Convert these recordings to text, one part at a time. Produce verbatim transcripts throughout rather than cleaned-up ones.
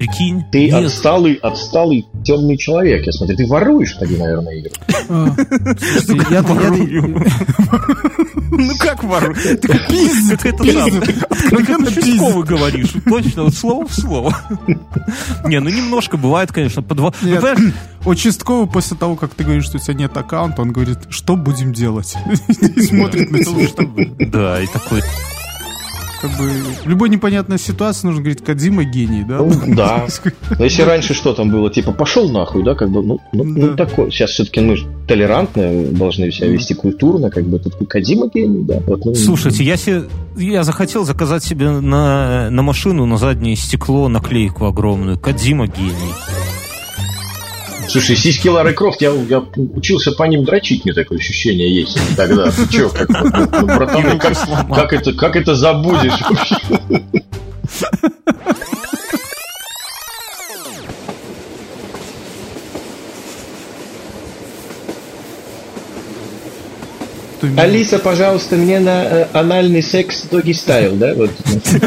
Прикинь. Ты нет. отсталый, отсталый темный человек. Я смотрю, ты воруешь тогда, наверное, игры. Я ворую. Ну как ворую? Ты пиздец. Это откровенно Чистковый говоришь. Точно, вот слово в слово. Не, ну немножко бывает, конечно. У Чисткового после того, как ты говоришь, что у тебя нет аккаунта, он говорит, что будем делать? И смотрит на тебя. Да, и такой... Как бы в любой непонятной ситуации нужно говорить, Кодзима гений, да? Ну, да. Но если раньше что там было, типа, пошел нахуй, да, как бы, ну, ну, да. ну такое. Сейчас все-таки мы же толерантно должны себя вести культурно, как бы, тут Кодзима гений, да. Вот, ну, слушайте, я себе, я захотел заказать себе на, на машину, на заднее стекло наклейку огромную. Кодзима гений. Слушай, сиськи Лары Крофт, я, я учился по ним дрочить, мне такое ощущение есть тогда. Ты чё, как, ну, братаны, как, как, это, как это забудешь вообще? Алиса, пожалуйста, мне на э, анальный секс доги стайл, да? Вот.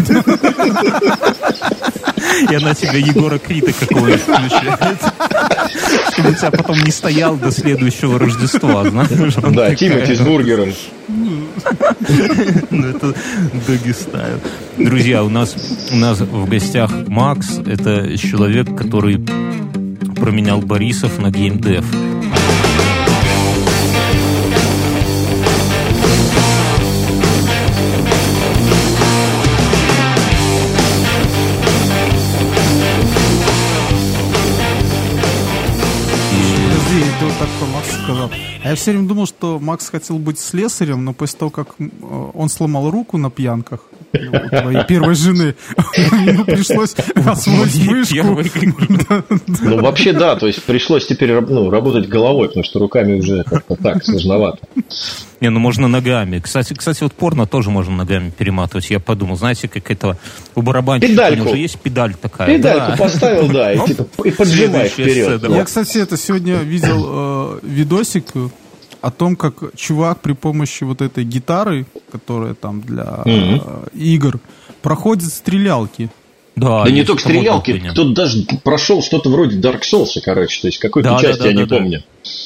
И она тебе Егора Крида какого-нибудь включает. Чтобы у тебя потом не стоял до следующего Рождества, знаешь? Да, Тимати с бургером. Ну, это доги стайл. Друзья, у нас, у нас в гостях Макс. Это человек, который променял Борисов на геймдев. Так, что Макс сказал. А я все время думал, что Макс хотел быть слесарем, но после того, как он сломал руку на пьянках у твоей первой жены, ему пришлось освоить мышку. Ну, вообще, да, то есть пришлось теперь ну, работать головой, потому что руками уже как-то так сложновато. Не, ну можно ногами. Кстати, кстати, вот порно тоже можно ногами перематывать. Я подумал, знаете, как это у барабанщика уже есть педаль такая. Педальку да. поставил, да, и, типа, и поджимай вперед. Я, кстати, это сегодня видел э, видосик о том, как чувак при помощи вот этой гитары, которая там для mm-hmm. э, игр, проходит стрелялки. Да, да не только стрелялки, кто-то даже прошел что-то вроде Dark Souls, короче, то есть какой-то да, части да, да, я да, не да. помню.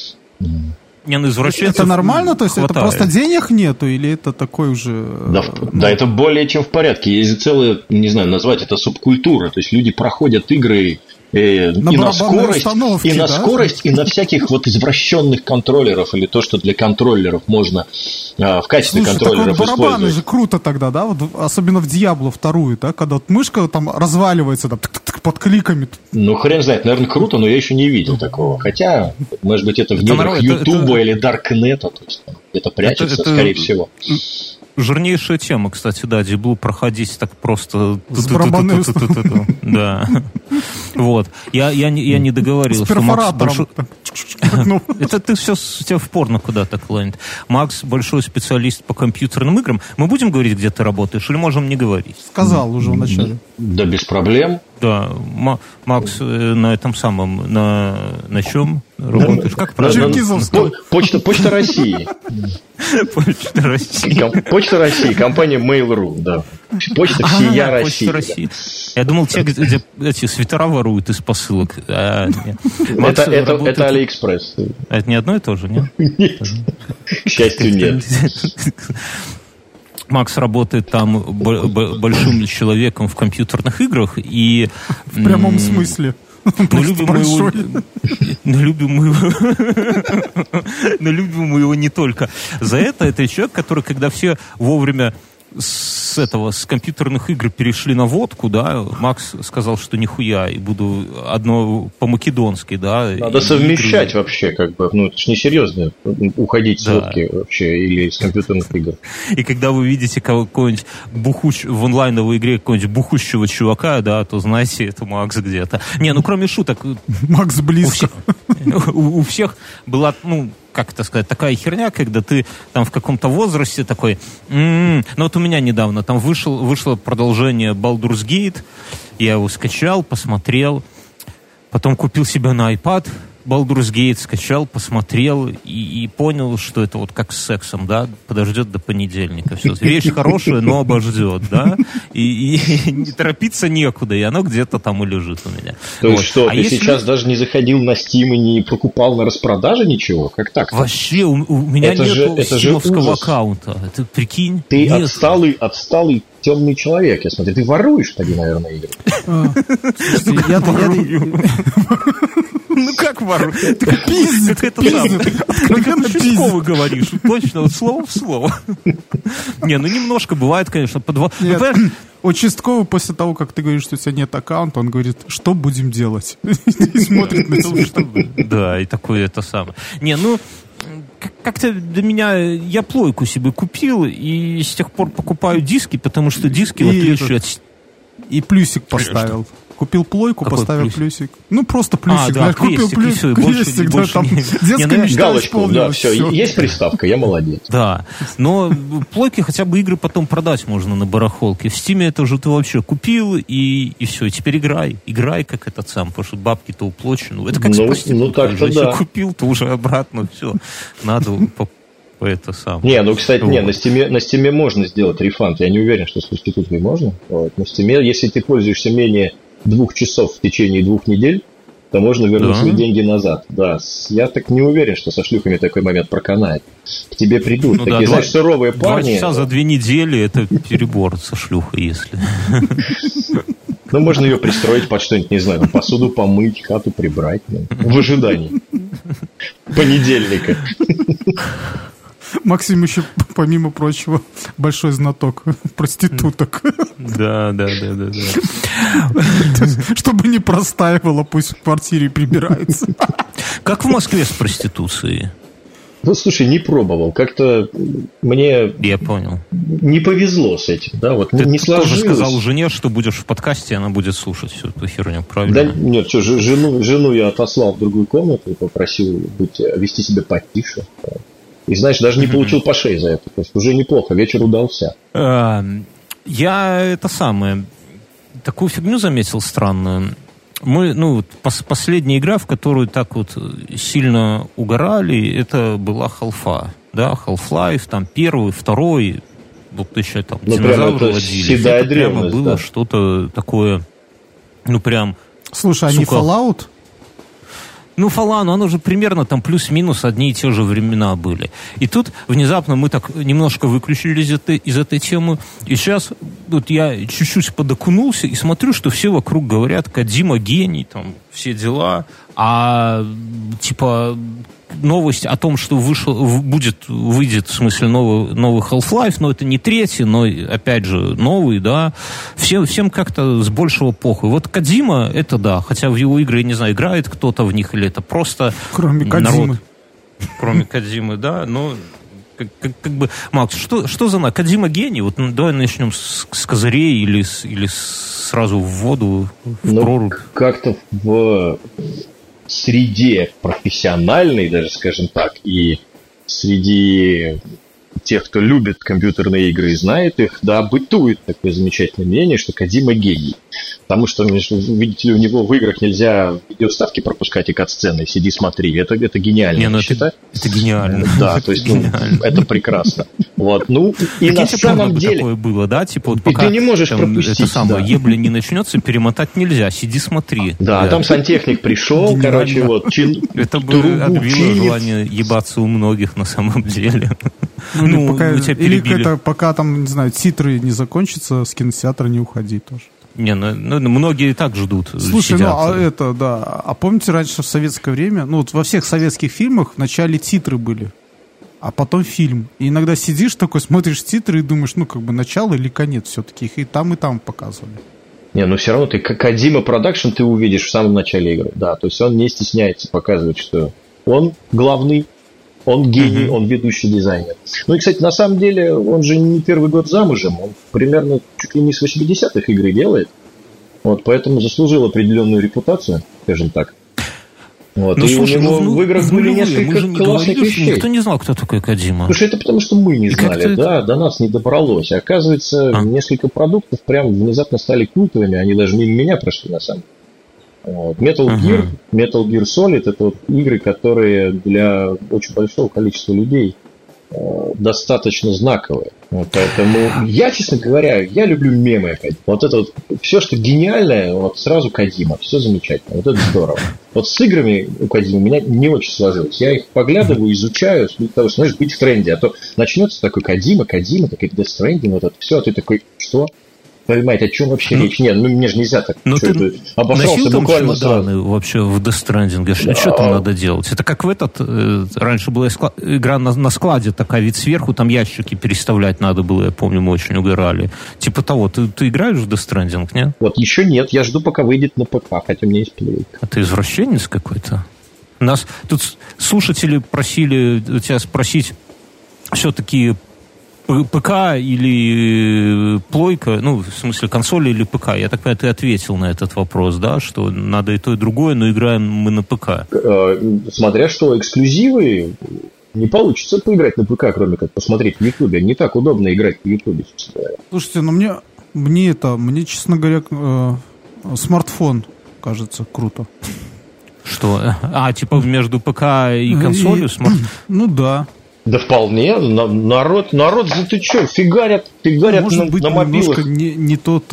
Не, ну, это нормально? То есть хватает. Это просто денег нету? Или это такой уже... Да, ну... да, это более чем в порядке. Есть целая, не знаю, назвать это субкультура. То есть люди проходят игры э, на и на скорость, и на да? скорость, и на всяких вот извращенных контроллеров, или то, что для контроллеров можно э, в качестве Слушай, контроллеров использовать. Барабаны же круто тогда, да? Вот, особенно в Диабло вторую, да? Когда вот мышка там разваливается там, под кликами. Ну, хрен знает, наверное, круто, но я еще не видел такого. Хотя, может быть, это в недрах Ютуба или Даркнета, то есть это прячется, это, это... скорее всего. Жирнейшая тема, кстати, да, Диабло проходить так просто... С барабанной Да. Вот. Я, я, я не договорил, что Макс большой... Это ты все у тебя в порно куда-то клонит. Макс большой специалист по компьютерным играм. Мы будем говорить, где ты работаешь, или можем не говорить? Сказал уже вначале. Да, без проблем. Да, Макс на этом самом, на, на чем работаешь? Как правильно? Почта, Почта России. Почта России. Почта России, компания Mail.ru, да. Почта всея России. Почта России. Я думал, те, где эти свитера воруют из посылок. А, это, это, работает... это Алиэкспресс. Это не одно и то же, нет? Нет. К счастью, нет. Макс работает там б- б- большим человеком в компьютерных играх и... В прямом смысле. Но любим, мы его, но, любим мы его, но любим мы его не только за это. Это человек, который, когда все вовремя с этого, с компьютерных игр перешли на водку, да, Макс сказал, что нихуя, и буду одно по-македонски, да. Надо совмещать игры. Вообще, как бы, ну, это ж несерьезно уходить с да. водки вообще или с компьютерных игр. И когда вы видите какой-нибудь бухуч в онлайновой игре какого-нибудь бухущего чувака, да, то знаете, это Макс где-то. Не, ну кроме шуток. Макс близко. У всех, у, у всех была, ну, как это сказать, такая херня, когда ты там в каком-то возрасте такой... М-м-м. Ну вот у меня недавно там вышел, вышло продолжение Baldur's Gate, я его скачал, посмотрел, потом купил себе на iPad Baldur's Gate скачал, посмотрел и, и понял, что это вот как с сексом, да, подождет до понедельника. Все. Вещь хорошая, но обождет, да, и, и не торопиться некуда, и оно где-то там и лежит у меня. То есть вот. Что, а ты если... сейчас даже не заходил на Steam и не покупал на распродаже ничего? Как так? Вообще, у, у меня нет стимовского аккаунта. Ты прикинь? Ты нет. отсталый, отсталый темный человек, я смотрю. Ты воруешь тогда, наверное, игры. Я ворую. Ну как ворую? Пиздит, это самое. Откровенно Чистково говоришь. Точно, вот слово в слово. Не, ну немножко бывает, конечно. Участковый после того, как ты говоришь, что у тебя нет аккаунта, он говорит, что будем делать? И смотрит на тебя. Да, и такое это самое. Не, ну... Как-то для меня... Я плойку себе купил, и с тех пор покупаю диски, потому что диски, в отличие от... И плюсик поставил. Купил плойку, какой поставил плюсик? плюсик. Ну, просто плюсик. А, да, знаешь, купил плюсик, плюсик, больше, да, больше там не... детская мечта галочку, да, все, все, есть приставка, я молодец. Да, но плойки хотя бы игры потом продать можно на барахолке. В Стиме это уже ты вообще купил, и, и все, и теперь играй. Играй, как этот сам, потому что бабки-то уплочены. Это как ну, с проституткой. Ну, так-то уже. да. Если купил, то уже обратно все. Надо по, по это самое. Не, ну, кстати, вот. не, на Стиме, на Стиме можно сделать рефанд. Я не уверен, что с проституткой можно. Вот. На Стиме, если ты пользуешься менее двух часов в течение двух недель, то можно вернуть да? свои деньги назад. Да, я так не уверен, что со шлюхами такой момент проканает. К тебе придут ну, такие, да, знаешь, два, суровые парни. Два часа за две недели это перебор со шлюхой, если... Ну, можно ее пристроить под что-нибудь, не знаю, посуду помыть, хату прибрать. В ожидании понедельника. Максим еще, помимо прочего, большой знаток проституток. Да, да, да, да, да. Чтобы не простаивало, пусть в квартире прибирается. Как в Москве с проституцией? Ну, слушай, не пробовал. Как-то мне... Я понял. Не повезло с этим, да, вот ты не сложилось. Ты тоже сказал жене, что будешь в подкасте, и она будет слушать всю эту херню, правильно? Да нет, что, жену, жену я отослал в другую комнату и попросил быть, вести себя потише. И, знаешь, даже не получил по шее за это. То есть уже неплохо, вечер удался. Я это самое... Такую фигню заметил странную. Мы, ну, вот, пос- последняя игра, в которую так вот сильно угорали, это была Half-Life. Да, Half-Life, там, первый, второй, вот еще там ну, динозавры водили. Это прямо было да. что-то такое, ну, прям... Слушай, а не Fallout? Ну, Fallout, оно же примерно там плюс-минус одни и те же времена были. И тут внезапно мы так немножко выключились из этой, из этой темы. И сейчас вот я чуть-чуть подокунулся и смотрю, что все вокруг говорят, Кодзима гений, там, все дела. А, типа, новость о том, что вышел, будет, выйдет, в смысле, новый, новый Half-Life, но это не третий, но, опять же, новый, да, все, всем как-то с большего похуй. Вот Кодзима, это да, хотя в его игры, я не знаю, играет кто-то в них, или это просто кроме Кодзимы. Кроме Кодзимы, да, но... Как, как, как бы, Макс, что, что за на Кодзима гений? Вот ну, давай начнем с, с козырей или, с, или сразу в воду, в ну, прорубь. Как-то в среде профессиональной, даже скажем так, и среди тех, кто любит компьютерные игры и знает их, да, бытует такое замечательное мнение, что Кодзима гений. Потому что, видите ли, у него в играх нельзя видеоставки пропускать и кат-сцены, сиди, смотри. Это, это гениально, не, ну я считаю. Это, это гениально. Да, то есть, ну, это прекрасно. Вот, ну, и на самом деле... такое было, да? Типа, вот и пока ты не можешь там, пропустить. Это самое, да. ебля не начнется, перемотать нельзя. Сиди, смотри. Да, да. Там сантехник пришел, короче, вот. Чин, это бы отбило желание ебаться у многих на самом деле. Ну, ну пока, или это, пока там, не знаю, титры не закончатся, с кинотеатра не уходи тоже. Не, ну, ну многие и так ждут. Слушай, сидят. ну а это, да. А помните, раньше в советское время, ну вот во всех советских фильмах вначале титры были, а потом фильм. И иногда сидишь такой, смотришь титры и думаешь, ну как бы начало или конец все-таки. Их и там, и там показывали. Не, ну все равно ты Кодзима Продакшн ты увидишь в самом начале игры. Да, то есть он не стесняется показывать, что он главный, он гений, uh-huh. он ведущий дизайнер. Ну и, кстати, на самом деле, он же не первый год замужем, он примерно чуть ли не с восьмидесятых игры делает, вот, поэтому заслужил определенную репутацию, скажем так. Вот, ну, и слушай, у него ну, в играх ну, были ну, несколько не классных говорили, вещей. Никто не знал, кто такой Кодзима. Слушай, это потому, что мы не и знали, да, это... до нас не добралось. Оказывается, а? несколько продуктов прям внезапно стали культовыми, они даже мимо меня прошли, на самом деле. Metal Gear, uh-huh. Metal Gear Solid — это вот игры, которые для очень большого количества людей э, достаточно знаковые. Поэтому я, честно говоря, я люблю мемы опять. Вот это вот все, что гениальное, вот сразу Кодзима, все замечательно, вот это здорово. Вот с играми у Кодзимы у меня не очень сложилось. Я их поглядываю, изучаю, для того, что, знаешь, быть в тренде. А то начнется такой Кодзима, Кодзима, такой Death Stranding, вот это все, а ты такой, что? Понимаете, о чем вообще ну, речь? Нет, ну мне же нельзя так. Ну, ты обосрался буквально сразу. Вообще в Death Stranding? Да. Что там надо делать? Это как в этот... Э, раньше была игра на, на складе такая, ведь сверху там ящики переставлять надо было, я помню, мы очень угорали. Типа того, ты, ты играешь в Death Stranding, нет? Вот еще нет, я жду, пока выйдет на ПК, хотя у меня есть плей. А ты извращенец какой-то? Нас тут слушатели просили тебя спросить все-таки... ПК или плойка, ну, в смысле, консоль или ПК? Я так понимаю, ты ответил на этот вопрос, да, что надо и то, и другое, но играем мы на ПК. Смотря что, эксклюзивы, не получится поиграть на ПК, кроме как посмотреть в Ютубе. Не так удобно играть в Ютубе, честно говоря. Слушайте, ну мне, мне это, мне, честно говоря, э, смартфон кажется круто. Что? А, типа между ПК и консолью? И, смарт... Ну да. Да вполне. Народ, народ, за ты что, фигарят, фигарят может на, быть, на мобилах. Может быть, не, не тот,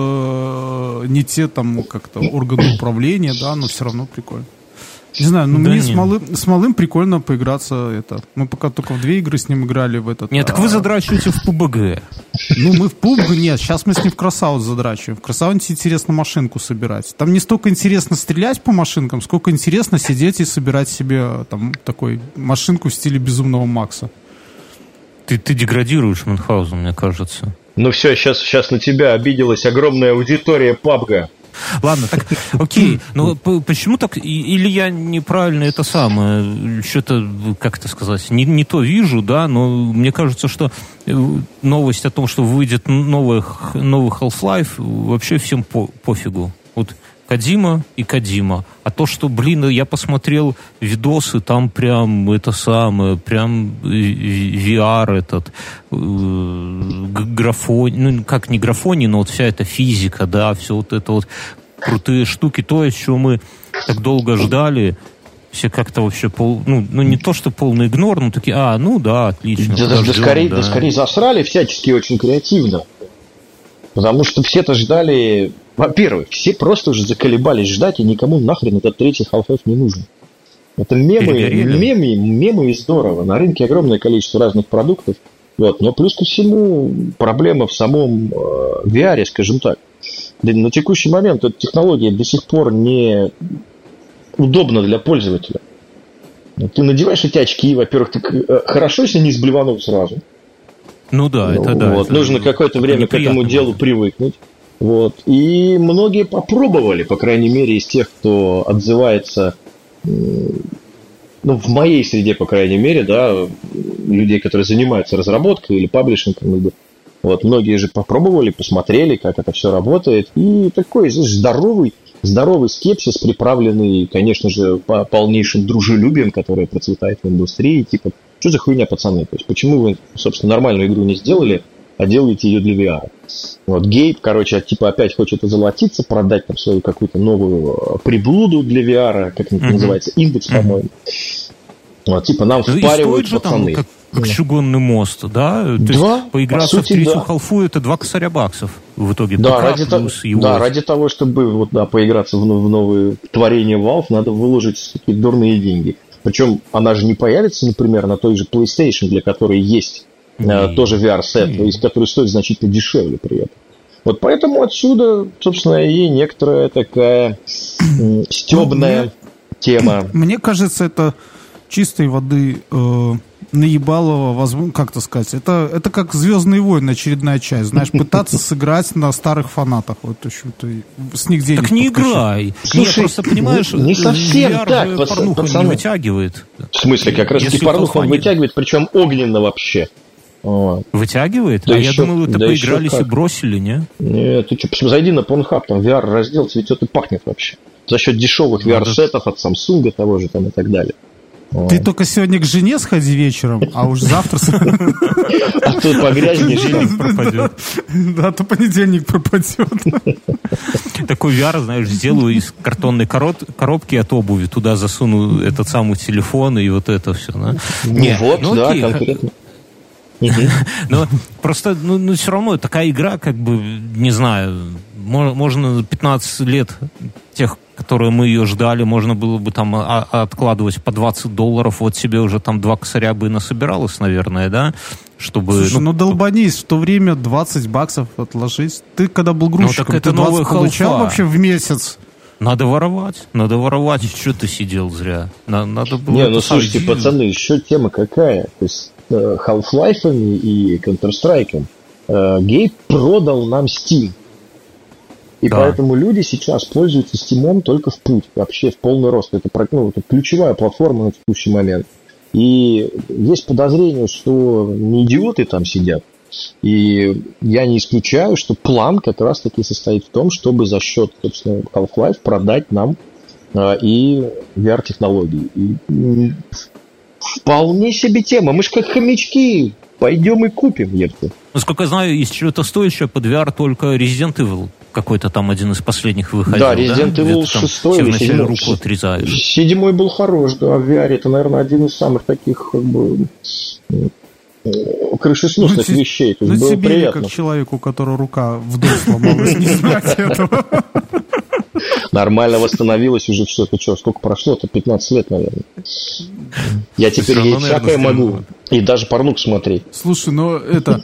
э, не те там как-то органы управления, да, но все равно прикольно. Не знаю, но да мне с малым, с малым прикольно поиграться. Это. Мы пока только в две игры с ним играли в этот. Нет, так вы задрачиваете в пабг. Ну, мы в пабг, нет, сейчас мы с ним в Кросаут задрачиваем. В Кросауте интересно машинку собирать. Там не столько интересно стрелять по машинкам, сколько интересно сидеть и собирать себе там такой машинку в стиле Безумного Макса. Ты, ты деградируешь, Мюнхгаузен, мне кажется. Ну все, сейчас, сейчас на тебя обиделась огромная аудитория пабга. Ладно, так, окей, но почему так, или я неправильно это самое, что-то, как это сказать, не, не то вижу, да, но мне кажется, что новость о том, что выйдет новый, новый Half-Life, вообще всем по, пофигу. Вот Кодзима и Кодзима. А то, что, блин, я посмотрел видосы, там прям это самое, прям ви ар этот, графон, ну, как не графоний, но вот вся эта физика, да, все вот это вот крутые штуки, то, чего мы так долго ждали, все как-то вообще, пол, ну, ну, не то, что полный игнор, но такие, а, ну, да, отлично. Да, да, скорее, да. да скорее засрали всячески очень креативно. Потому что все-то ждали... Во-первых, все просто уже заколебались ждать, и никому нахрен этот третий Half-Life не нужен. Это мемы, мемы, мемы и здорово. На рынке огромное количество разных продуктов. Вот. Но плюс ко всему проблема в самом э, ви ар, скажем так. На текущий момент эта технология до сих пор не удобна для пользователя. Ты надеваешь эти очки, во-первых, ты хорошо, если не сблеванул сразу. Ну да, это ну, да. Вот. Это, нужно какое-то время к этому делу привыкнуть. Вот. И многие попробовали, по крайней мере, из тех, кто отзывается, ну, в моей среде, по крайней мере, да, людей, которые занимаются разработкой или паблишингом. Вот. Многие же попробовали, посмотрели, как это все работает. И такой здоровый, здоровый скепсис, приправленный, конечно же, полнейшим дружелюбием, которое процветает в индустрии. Типа, что за хуйня, пацаны? То есть, почему вы, собственно, нормальную игру не сделали, а делаете ее для ви ар? Вот Гейб, короче, типа опять хочет озолотиться, продать там свою какую-то новую приблуду для ви ар, как это mm-hmm. называется, индекс, mm-hmm. по-моему. Вот, типа нам впаривают пацаны. Там, как, как чугунный мост, да? То да, есть поиграться по сути, в третью да. халфу это два косаря баксов в итоге. Да, ради, то, да ради того, чтобы вот, да, поиграться в, в новые творения Valve, надо выложить такие дурные деньги. Причем она же не появится, например, на той же PlayStation, для которой есть mm-hmm. э, тоже ви ар-сет, mm-hmm. то есть, который стоит значительно дешевле при этом. Вот поэтому отсюда, собственно, и некоторая такая э, стебная мне, тема. Мне кажется, это чистой воды э, наебалово, возможно, как-то сказать. Это, это как «Звездные войны», очередная часть. Знаешь, пытаться сыграть на старых фанатах. Вот, в общем-то, с них денег так не играй. Слушай, Нет, просто, понимаешь, не, не совсем ви ар так, порнуху пацаны. Не вытягивает. В смысле, как раз таки порнуху он вытягивает, причем огненно вообще. Вот. Вытягивает? Да а еще, я думал, вы да поигрались и бросили, не? Нет, ты что, зайди на Pornhub, там ви ар-раздел цветет и пахнет вообще. За счет дешевых ви ар-сетов от Samsung того же там и так далее. Ты только сегодня к жене сходи вечером, а уж завтра... А то погрязнешь, пропадет. Да, то понедельник пропадет. Такой ви ар, знаешь, сделаю из картонной коробки от обуви, туда засуну этот самый телефон и вот это все. Ну вот, да, конкретно. Но просто, ну, ну, все равно такая игра, как бы, не знаю, можно пятнадцать лет тех, которые мы ее ждали, можно было бы там а, откладывать по двадцать долларов, вот себе уже там два косаря бы и насобиралось, наверное, да? Чтобы... Слушай, ну, ну долбанись, в то время двадцать баксов отложись. Ты когда был грузчиком, ну, ты двадцать получал халфа. Вообще в месяц? Надо воровать, надо воровать, что ты сидел зря. Надо было... Не, ну слушайте, сам... пацаны, еще тема какая. То есть Half-Life и Counter-Strike Гейб продал нам Steam. И да. Поэтому люди сейчас пользуются Steam только в путь, вообще в полный рост. Это, ну, это ключевая платформа на текущий момент. И есть подозрение, что не идиоты там сидят. И я не исключаю, что план как раз-таки состоит в том, чтобы за счет, собственно, Half-Life продать нам а, и ви ар-технологии. И, и, вполне себе тема. Мы же как хомячки. Пойдем и купим, епта. Насколько я знаю, из чего-то стоящего под ви ар только Resident Evil. Какой-то там один из последних выходил. Да, Resident да? Evil шесть или седьмой. Руку отрезаешь. Седьмой был хорош, да, в ви ар. Это, наверное, один из самых таких, как бы, крышесносных ну, вещей. То есть ну, было тебе, приятно. Как человеку, у которого рука вдоль сломалась, не знать этого. Нормально восстановилось уже все. Это что, сколько прошло-то? пятнадцать лет, наверное. Я теперь ей всякое могу. И даже порнух смотреть. Слушай, ну это...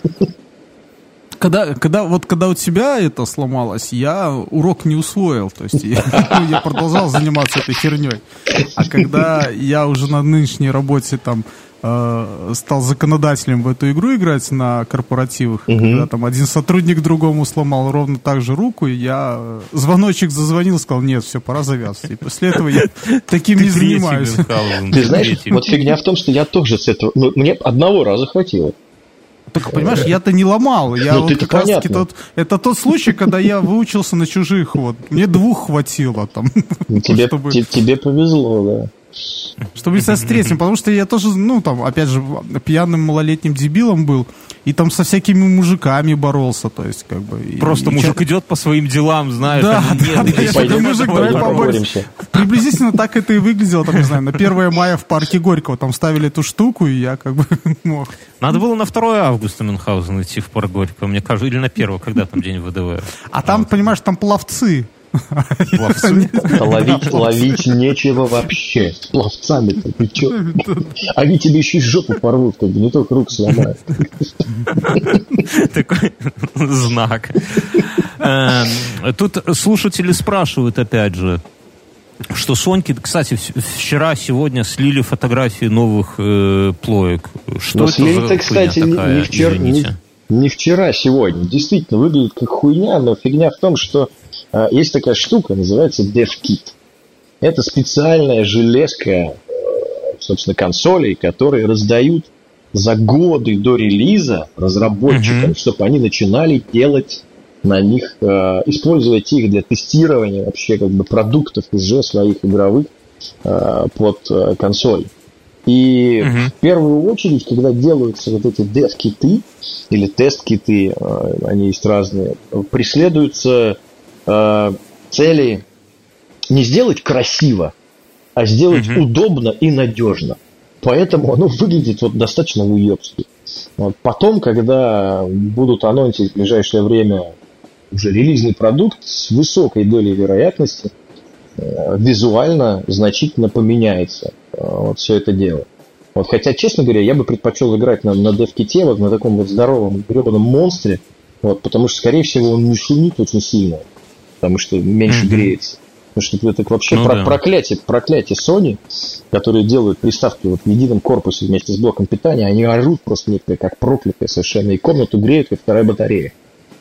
Когда, когда, вот когда у тебя это сломалось, я урок не усвоил. То есть я, я продолжал заниматься этой херней. А когда я уже на нынешней работе там э, стал законодателем в эту игру играть на корпоративах, угу. Когда там один сотрудник другому сломал ровно так же руку, и я звоночек зазвонил, сказал, нет, все, пора завязываться. И после этого я таким не занимаюсь. Ты знаешь, вот фигня в том, что я тоже с этого... Мне одного раза хватило. Только, понимаешь, я-то не ломал. Я ну, вот как раз таки тот, это тот случай, когда я выучился на чужих. Вот. Мне двух хватило там. Тебе, чтобы... тебе повезло, да. Чтобы не с третьим, потому что я тоже, ну, там, опять же, пьяным малолетним дебилом был, и там со всякими мужиками боролся, то есть, как бы... Просто и, мужик и... идет по своим делам, знаешь. Да, там, да, нет, да, да, пойдем, мужик, давай поборемся. Приблизительно так это и выглядело, там, не знаю, на первое мая в парке Горького, там ставили эту штуку, и я как бы мог. Надо было на второе августа Мюнхгаузен идти в парк Горького, мне кажется, или на первое, когда там день ВДВ. А там, понимаешь, там пловцы. Ловить, ловить нечего вообще. С пловцами-то ты чё? Они тебе еще и жопу порвут, как бы не только рук сломают. Такой знак. Тут слушатели спрашивают опять же, что Соньки, кстати, вчера, сегодня слили фотографии новых э, плоек. Что но это слили-то, за кстати, хуйня такая, не, вчера, не, не вчера, сегодня. Действительно, выглядит как хуйня, но фигня в том, что э, есть такая штука, называется DevKit. Это специальная железка, э, собственно, консолей, которые раздают за годы до релиза разработчикам, uh-huh. чтобы они начинали делать на них, э, использовать их для тестирования вообще как бы продуктов уже своих игровых э, под э, консоль. И uh-huh. в первую очередь, когда делаются вот эти dev-киты или тест-киты, э, они есть разные, преследуются э, цели не сделать красиво, а сделать uh-huh. удобно и надежно. Поэтому оно выглядит вот достаточно уебски. Вот потом, когда будут анонсить в ближайшее время уже релизный продукт, с высокой долей вероятности э, визуально значительно поменяется э, вот все это дело. Вот, хотя, честно говоря, я бы предпочел играть на, на DevKit, вот на таком вот здоровом гребаном монстре, вот, потому что, скорее всего, он не шумит очень сильно, потому что меньше mm-hmm. греется. Потому что это вообще ну, про- да. проклятие, проклятие Sony, которые делают приставки вот в едином корпусе вместе с блоком питания, они орут просто некоторые как проклятые совершенно, и комнату греют, как вторая батарея.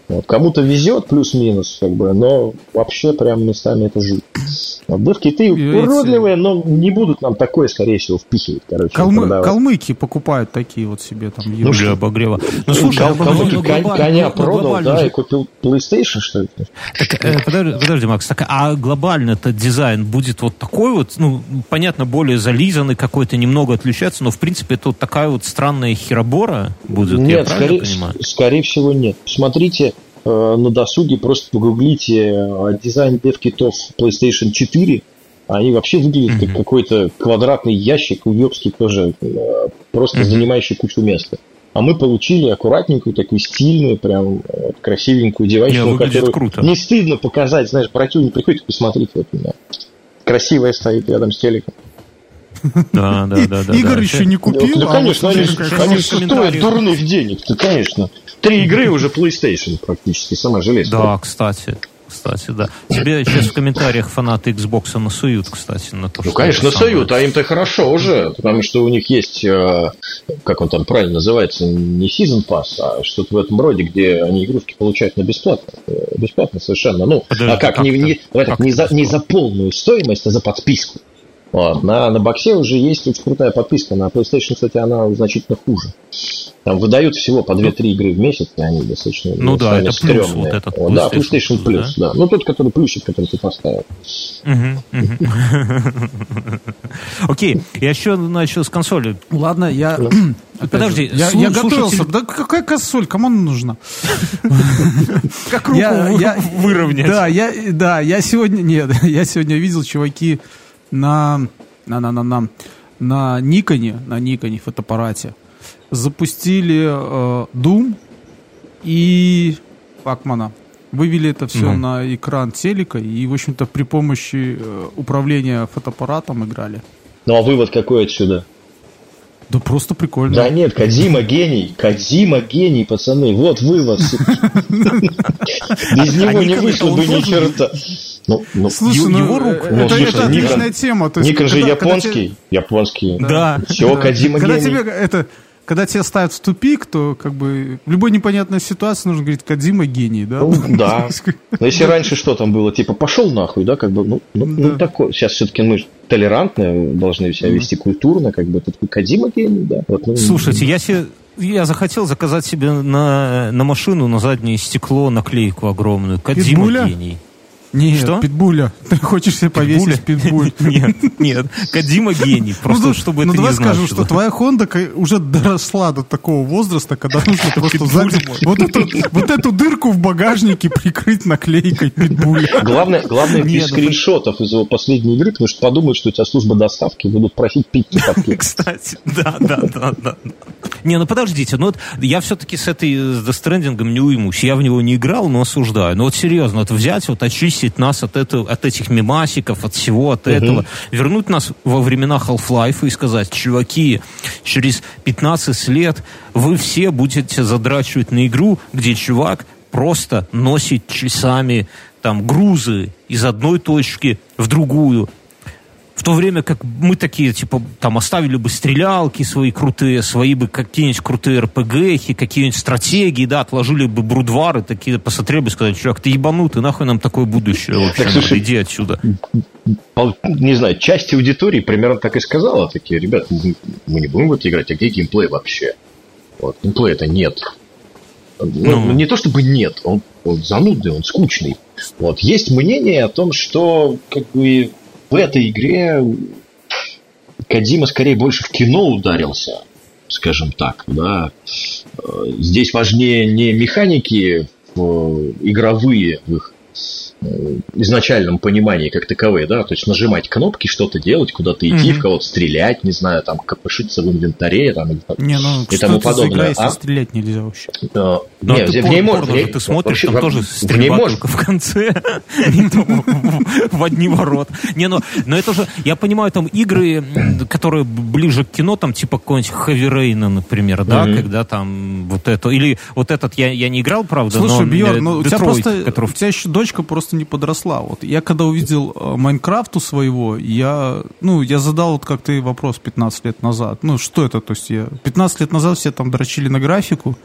Вот. Кому-то везет плюс-минус, как бы, но вообще прям местами это жуть. Вот. Дев-киты уродливые, но не будут нам такое, скорее всего, впихивать. Короче, Калмы, калмыки покупают такие вот себе там ну, для обогрева. Ну, слушай, Кал- калмыки кон- коня продал, да, и купил PlayStation, что ли? Так, э, подожди, подожди, Макс, так, а глобально этот дизайн будет вот такой вот, ну, понятно, более зализанный какой-то, немного отличаться, но, в принципе, это вот такая вот странная херобора будет, нет, я скорее, понимаю? скорее всего, нет. Смотрите, э, на досуге просто погуглите э, дизайн дев-китов PlayStation четыре. Они вообще выглядят mm-hmm. как какой-то квадратный ящик, уебский тоже, э, просто mm-hmm. занимающий кучу места. А мы получили аккуратненькую, такую стильную, прям э, красивенькую девочку, которую круто. Не стыдно показать. Знаешь, противник приходит, посмотрите, вот у меня красивая стоит рядом с телеком. Да, да, да, да. Игорь еще не купил. Да, конечно, они стоят дурных денег-то, конечно. Три игры уже PlayStation практически, сама железка. Да, кстати. Кстати, да. Тебе сейчас в комментариях фанаты Xbox насуют, кстати, на то, ну, конечно, насуют, а им-то хорошо уже, потому что у них есть, как он там правильно называется, не Season Pass, а что-то в этом роде, где они игрушки получают на бесплатно. Бесплатно совершенно. Ну, Подожди, а как? как не, не, как не, за, не за полную стоимость, а за подписку. Вот. На, на боксе уже есть очень крутая подписка. На PlayStation, кстати, она значительно хуже. Там выдают всего по две-три игры в месяц, и они достаточно ну да, это плюс вот этот вот, да, PlayStation Plus, да? да. Ну, тот, который плюсик, который ты поставил. Окей, я еще начал с консоли. Ладно, я... Подожди, я готовился. Да какая консоль? Кому она нужна? Как руку выровнять. Да, я сегодня... Нет, я сегодня видел, чуваки, на... на на на на на Никоне, на Никоне фотоаппарате запустили э, Doom и Пакмана. Вывели это все mm. на экран телека и, в общем-то, при помощи э, управления фотоаппаратом играли. Ну, а вывод какой отсюда? Да просто прикольно. Да нет, Кодзима гений. Кодзима гений, пацаны. Вот вывод. Без него не вышло бы ни черта. Ну, ну, слушай, ну, его рук. Ну, это, слушай, это отличная Никон, тема. То есть, Никон же японский. Когда тебе... Японский. Да. Все, да. Кодзима когда гений. Тебе, это, когда тебя ставят в тупик, то как бы в любой непонятной ситуации нужно говорить Кодзима гений, да? Ну, да. Но если раньше что там было, типа пошел нахуй, да, как бы, ну, ну, да. ну такой. Сейчас все-таки мы толерантно должны себя вести культурно, как бы, тут Кодзима гений, да. Вот, ну, слушайте, я себе... Я захотел заказать себе на, на машину, на заднее стекло наклейку огромную. Кодзима гений. Нет, что? Питбуля. Ты хочешь себе повесить Питбуль? Нет, нет. Кодзима гений. Просто, ну, чтобы ну, это не значило. Ну, давай скажем, что твоя Honda уже доросла до такого возраста, когда нужно просто сзади вот эту, вот эту дырку в багажнике прикрыть наклейкой Питбуля. Главное, главное без скриншотов из его последней игры, потому что подумают, что у тебя служба доставки, будут просить пиццу под Кстати, да, да, да, да. Не, ну подождите, ну вот я все-таки с этой с Death Stranding не уймусь. Я в него не играл, но осуждаю. Но вот серьезно, вот взять, вот очистить нас от, этого, от этих мемасиков, от всего, от uh-huh. этого, вернуть нас во времена Half-Life и сказать: чуваки, через пятнадцать лет вы все будете задрачивать на игру, где чувак просто носит часами там грузы из одной точки в другую. В то время как мы такие, типа, там, оставили бы стрелялки свои крутые, свои бы какие-нибудь крутые эр пи джи-хи, какие-нибудь стратегии, да, отложили бы брудвары, такие, посмотрели бы, сказали: чувак, ты ебанутый, нахуй нам такое будущее вообще, так, слушай, иди отсюда. Не знаю, часть аудитории примерно так и сказала, такие: ребят, мы, мы не будем в это играть, а где геймплей вообще? Вот, геймплея-то нет. Ну, ну, не то чтобы нет, он, он занудный, он скучный. Вот, есть мнение о том, что, как бы, в этой игре Кодзима скорее больше в кино ударился, скажем так, да. Здесь важнее не механики игровые в их изначальном понимании как таковые, да, то есть нажимать кнопки, что-то делать, куда-то идти, mm-hmm. в кого-то стрелять, не знаю, там, копошиться в инвентаре, там, не, ну, и тому подобное. Игра, если а? стрелять нельзя вообще. А, ну, нет, в ней можно. Ты смотришь, там тоже стрельба только в конце, в одни ворота. Не, ну, но это же, я понимаю, там игры, которые ближе к кино, там, типа какой-нибудь Heavy Rain, например, да, когда там вот это, или вот этот, я не играл, правда, но слушай, Бьерн, ну, у тебя просто, у тебя еще дочка просто не подросла. Вот я когда увидел э, Майнкрафт у своего, я, ну, я задал вот как ты вопрос пятнадцать лет назад. Ну, что это? То есть я пятнадцать лет назад все там дрочили на графику,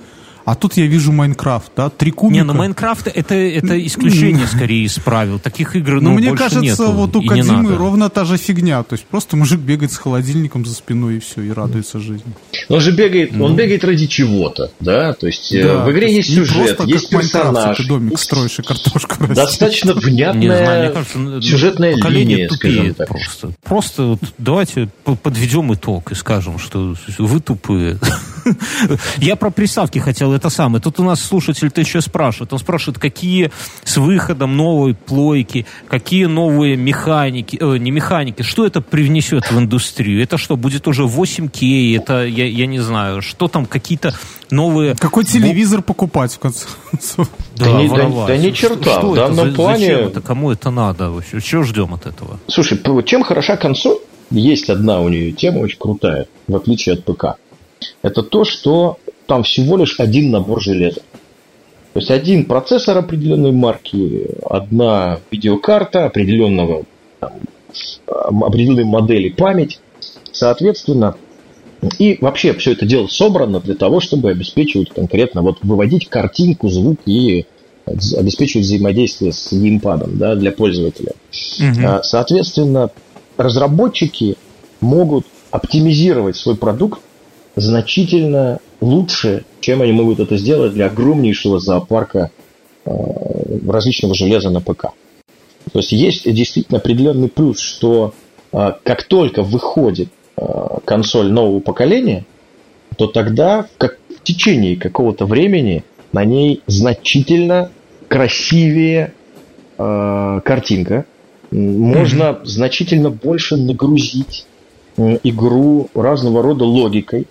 А тут я вижу Майнкрафт, да, три кубика. Не, ну Майнкрафт это, это исключение скорее из правил. Таких игр, ну, ну мне больше кажется, нету, вот у Кодзимы ровно та же фигня. То есть просто мужик бегает с холодильником за спиной и все, и радуется жизни. Он же бегает, ну. он бегает ради чего-то, да, то есть да, в игре есть сюжет, есть персонаж. Ты домик строишь и картошку растешь. Достаточно внятная знаю, сюжетная линия, скажем так. Просто, просто вот давайте подведем итог и скажем, что вы тупые. Я про приставки хотел это самое. Тут у нас слушатель-то еще спрашивает. Он спрашивает, какие с выходом новой плойки, какие новые механики, э, не механики, что это привнесет в индустрию? Это что, будет уже восемь кей? Это, я, я не знаю, что там, какие-то новые... Какой телевизор покупать, в конце концов? Да, да, да, да ни черта. Что в данном это? плане... Зачем это? Кому это надо вообще? Чего ждем от этого? Слушай, чем хороша консоль? Есть одна у нее тема очень крутая, в отличие от ПК. Это то, что там всего лишь один набор железа. То есть один процессор определенной марки, одна видеокарта определенного, там, определенной модели память, соответственно, и вообще все это дело собрано для того, чтобы обеспечивать конкретно, вот выводить картинку, звук и обеспечивать взаимодействие с геймпадом, да, для пользователя. Угу. Соответственно, разработчики могут оптимизировать свой продукт значительно лучше, чем они могут это сделать для огромнейшего зоопарка э, различного железа на ПК. То есть есть действительно определенный плюс, что э, как только выходит э, консоль нового поколения, то тогда как, в течение какого-то времени на ней значительно красивее э, картинка. Можно mm-hmm. значительно больше нагрузить э, игру разного рода логикой,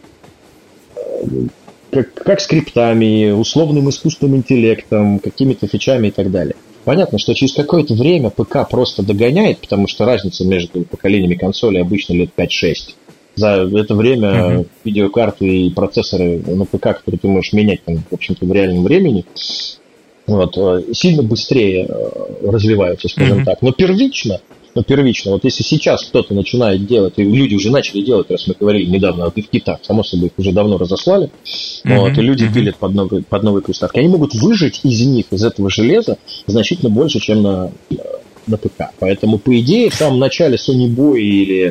Как, как скриптами, условным искусственным интеллектом, какими-то фичами и так далее. Понятно, что через какое-то время ПК просто догоняет, потому что разница между поколениями консолей обычно лет пять-шесть. За это время uh-huh. видеокарты и процессоры на ПК, которые ты можешь менять, там, в общем-то, в реальном времени, вот, сильно быстрее развиваются, скажем uh-huh. так. Но первично, но первично, вот если сейчас кто-то начинает делать, и люди уже начали делать, раз мы говорили недавно о дивкитах, само собой, их уже давно разослали, mm-hmm. вот, и люди mm-hmm. пилят под новые, под новые приставки, они могут выжать из них, из этого железа, значительно больше, чем на, на ПК. Поэтому, по идее, в самом начале Sony Boy или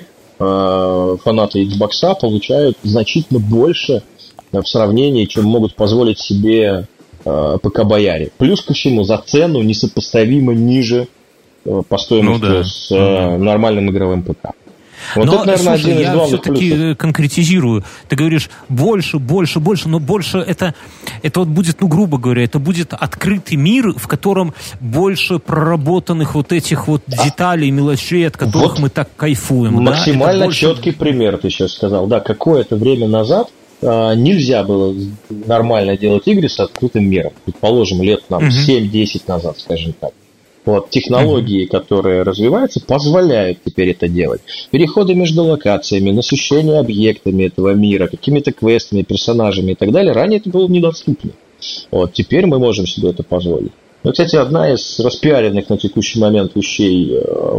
э, фанаты Xbox получают значительно больше в сравнении, чем могут позволить себе э, ПК-бояре. Плюс ко всему, за цену несопоставимо ниже по стоимости ну, да. с ну, да. нормальным игровым ПК. Вот но, это, наверное, слушай, один из главных плюсов. Я все-таки конкретизирую. Ты говоришь больше, больше, больше, но больше это, это вот будет, ну, грубо говоря, это будет открытый мир, в котором больше проработанных вот этих вот деталей, мелочей, от которых вот мы так кайфуем. Максимально да? больше... четкий пример ты сейчас сказал. Да, какое-то время назад а, нельзя было нормально делать игры с открытым миром. Предположим, лет нам, угу. семь-десять назад, скажем так. Вот, технологии, mm-hmm. которые развиваются, позволяют теперь это делать. Переходы между локациями, насыщение объектами этого мира, какими-то квестами, персонажами и так далее. Ранее это было недоступно. Вот, теперь мы можем себе это позволить. Ну, кстати, одна из распиаренных на текущий момент вещей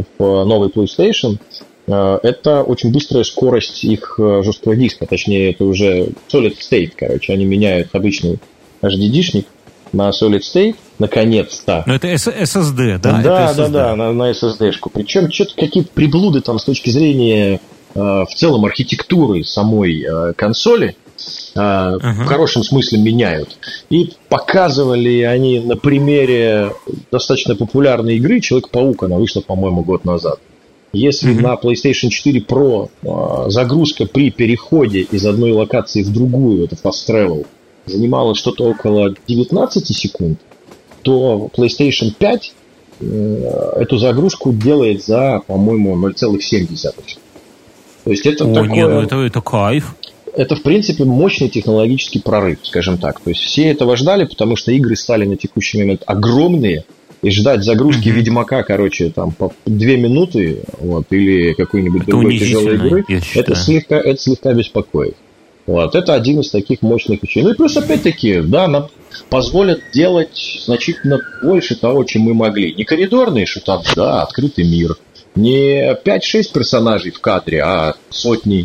в новой PlayStation – это очень быстрая скорость их жесткого диска. Точнее, это уже Solid State, короче. Они меняют обычный эйч ди ди-шник на Solid State, наконец-то. Но это эс эс ди, да? Да, это да, да, на, на эс эс ди-шку. Причем что-то какие-то приблуды там с точки зрения э, в целом архитектуры самой э, консоли э, uh-huh. в хорошем смысле меняют. И показывали они на примере достаточно популярной игры «Человек-паук», она вышла, по-моему, год назад. Если uh-huh. на PlayStation четыре Pro э, загрузка при переходе из одной локации в другую, это fast travel, занимало что-то около девятнадцать секунд, то PlayStation пять э, эту загрузку делает за, по-моему, ноль целых семь десятых. То есть это О, такое... Нет, ну это, это кайф. Это, в принципе, мощный технологический прорыв, скажем так. То есть все этого ждали, потому что игры стали на текущий момент огромные, и ждать загрузки mm-hmm. Ведьмака, короче, там, по две минуты, вот, или какой-нибудь это другой тяжелой игры, это слегка, это слегка беспокоит. Вот, это один из таких мощных вещей. Ну и плюс, опять-таки, да, нам позволят делать значительно больше того, чем мы могли. Не коридорные шутаны, да, открытый мир. Не пять-шесть персонажей в кадре, а сотни.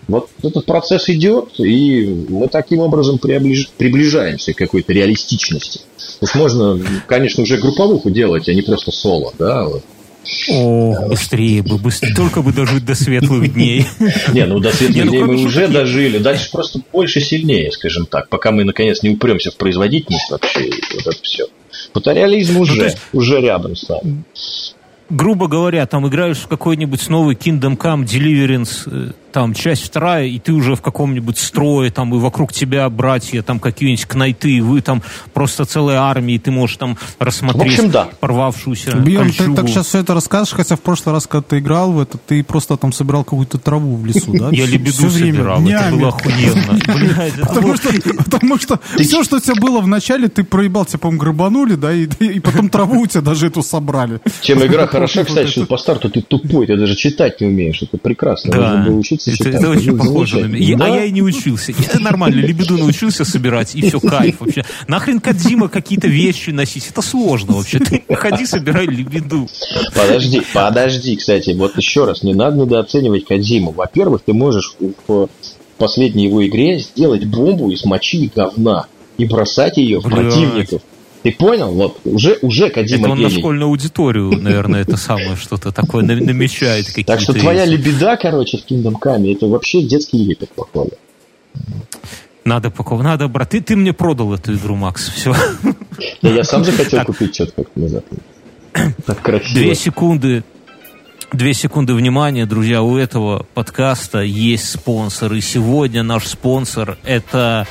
Вот этот процесс идет, и мы таким образом приближ... приближаемся к какой-то реалистичности. То есть можно, конечно, уже групповуху делать, а не просто соло, да, вот. О, быстрее бы, быстрее, только бы дожить до светлых дней. Не, ну до светлых дней мы уже дожили. Дальше просто больше, сильнее, скажем так, пока мы наконец не упремся в производительность вообще, вот это все. Фотореализм уже, уже рядом с нами. Грубо говоря, там играешь в какой-нибудь новый Kingdom Come Deliverance, там, часть вторая, и ты уже в каком-нибудь строе, там, и вокруг тебя братья, там, какие-нибудь кнайты, и вы там просто целая армия, и ты можешь там рассмотреть в общем, да. порвавшуюся Бьерн, ты так сейчас все это расскажешь, хотя в прошлый раз, когда ты играл в это, ты просто там собирал какую-то траву в лесу, да? Я лебеду собирал, это было охуенно. Потому что все, что у тебя было в начале, ты проебал, тебя, по-моему, грабанули, да, и потом траву у тебя даже эту собрали. Чем игра хороша, кстати, что по старту ты тупой, ты даже читать не умеешь, это прекрасно. Нужно было учиться. Это, это очень похоже на меня. Да? А я и не учился. Я нормально лебеду научился собирать, и все, кайф вообще. Нахрен Кодзима какие-то вещи носить? Это сложно вообще. Ты ходи, собирай лебеду. Подожди, подожди, кстати, вот еще раз, не надо недооценивать Кодзиму. Во-первых, ты можешь в последней его игре сделать бомбу из мочи и говна и бросать ее в противников. Ты понял? Вот уже, уже Кодзима это он гений. На школьную аудиторию, наверное, это самое что-то такое намечает. Какие-то так что твоя лебеда, короче, в Kingdom Come, это вообще детский лепет, походу. Надо, покупать. Надо, брат. Ты, ты мне продал эту игру, Макс. Все. Да, я сам захотел купить что-то как-то назад. Так красиво. Две секунды. Две секунды внимания, друзья. У этого подкаста есть спонсор. И сегодня наш спонсор — это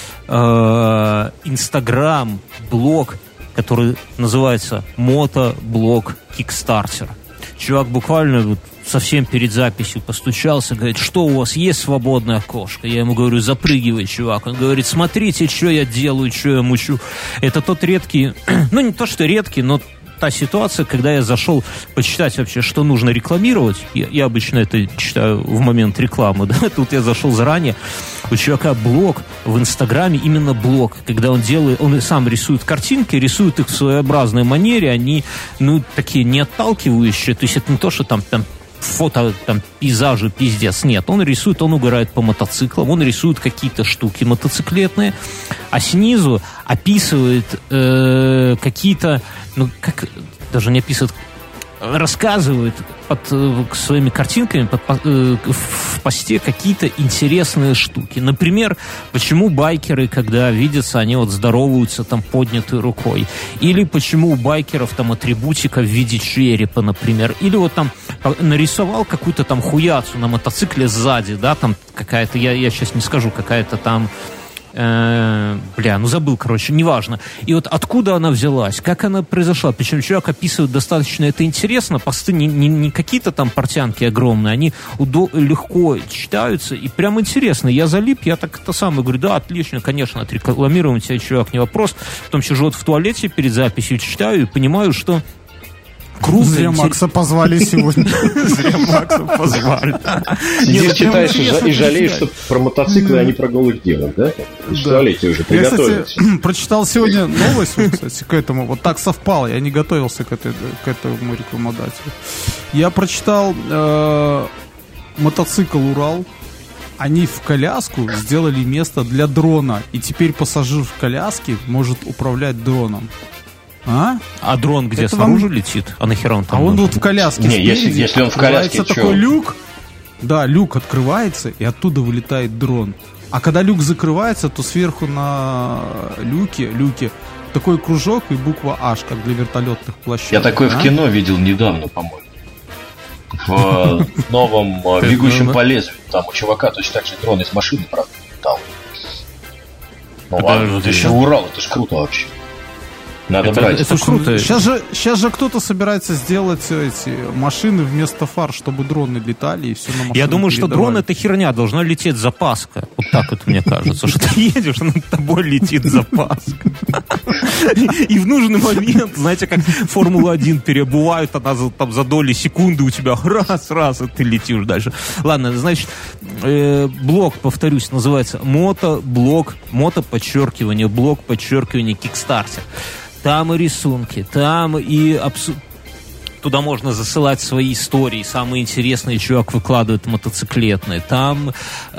Инстаграм, блог, который называется Мотоблог Kickstarter. Чувак буквально вот совсем перед записью постучался, говорит, что у вас есть свободное окошко? Я ему говорю, запрыгивай, чувак. Он говорит, смотрите, что я делаю, что я мучу. Это тот редкий, ну не то, что редкий, но та ситуация, когда я зашел почитать вообще, что нужно рекламировать. Я, я обычно это читаю в момент рекламы, да. Тут я зашел заранее. У чувака блог в Инстаграме, именно блог, когда он делает, он сам рисует картинки, рисует их в своеобразной манере, они, ну, такие не отталкивающие, то есть это не то, что там, там фото, там, пейзажи, пиздец. Нет, он рисует, он угорает по мотоциклам, он рисует какие-то штуки мотоциклетные, а снизу описывает э, какие-то, ну, как, даже не описывает, рассказывает под э, своими картинками под, э, в посте какие-то интересные штуки. Например, почему байкеры, когда видятся, они вот здороваются там поднятой рукой. Или почему у байкеров там атрибутика в виде черепа, например. Или вот там нарисовал какую-то там хуяцу на мотоцикле сзади, да, там какая-то, я, я сейчас не скажу, какая-то там Э, бля, ну забыл, короче, неважно. И вот откуда она взялась, как она произошла. Причем человек описывает достаточно это интересно, посты не, не, не какие-то там портянки огромные, они удо- легко читаются, и прям интересно. Я залип, я так это самое говорю, да, отлично, конечно, отрекламируем тебя, чувак, не вопрос. Потом сижу вот в туалете перед записью, читаю и понимаю, что круто. Зря Макса позвали сегодня. Зря Макса позвали. Сидишь, читаешь и жалеешь, что про мотоциклы, а не про голых девок, да? В туалете уже приготовились. Я, кстати, прочитал сегодня новость, кстати, к этому. Вот так совпало. Я не готовился к, этой, к этому рекламодателю. Я прочитал э, мотоцикл «Урал». Они в коляску сделали место для дрона. И теперь пассажир в коляске может управлять дроном. А? А дрон где, это снаружи вам... летит? А нахера он там? А он нужен? Вот в коляске. Не, если, если он в коляске, такой люк. Да, люк открывается, и оттуда вылетает дрон. А когда люк закрывается, то сверху на люке, люке такой кружок и буква H, как для вертолетных площадок. Я такой а? в кино видел недавно, по-моему. В новом «Бегущем по лезвию». Там у чувака точно так же дрон из машины, правда, летал. Ну ладно, это еще Урал, это ж круто вообще. Надо это, брать. Это, это круто. Сейчас же, сейчас же кто-то собирается сделать эти машины вместо фар, чтобы дроны летали и все на машину. Я думаю, что дрон — это херня, должна лететь запаска. Вот так вот мне кажется, что ты едешь, над тобой летит запаска. И в нужный момент, знаете, как Формула один переобувают, она там за доли секунды у тебя раз-раз, и ты летишь дальше. Ладно, значит, блог, повторюсь, называется Мотоблог, мото подчеркивание, блог подчеркивание Kickstarter. Там и рисунки, там и абсу... туда можно засылать свои истории, самые интересные чувак выкладывает мотоциклетные. Там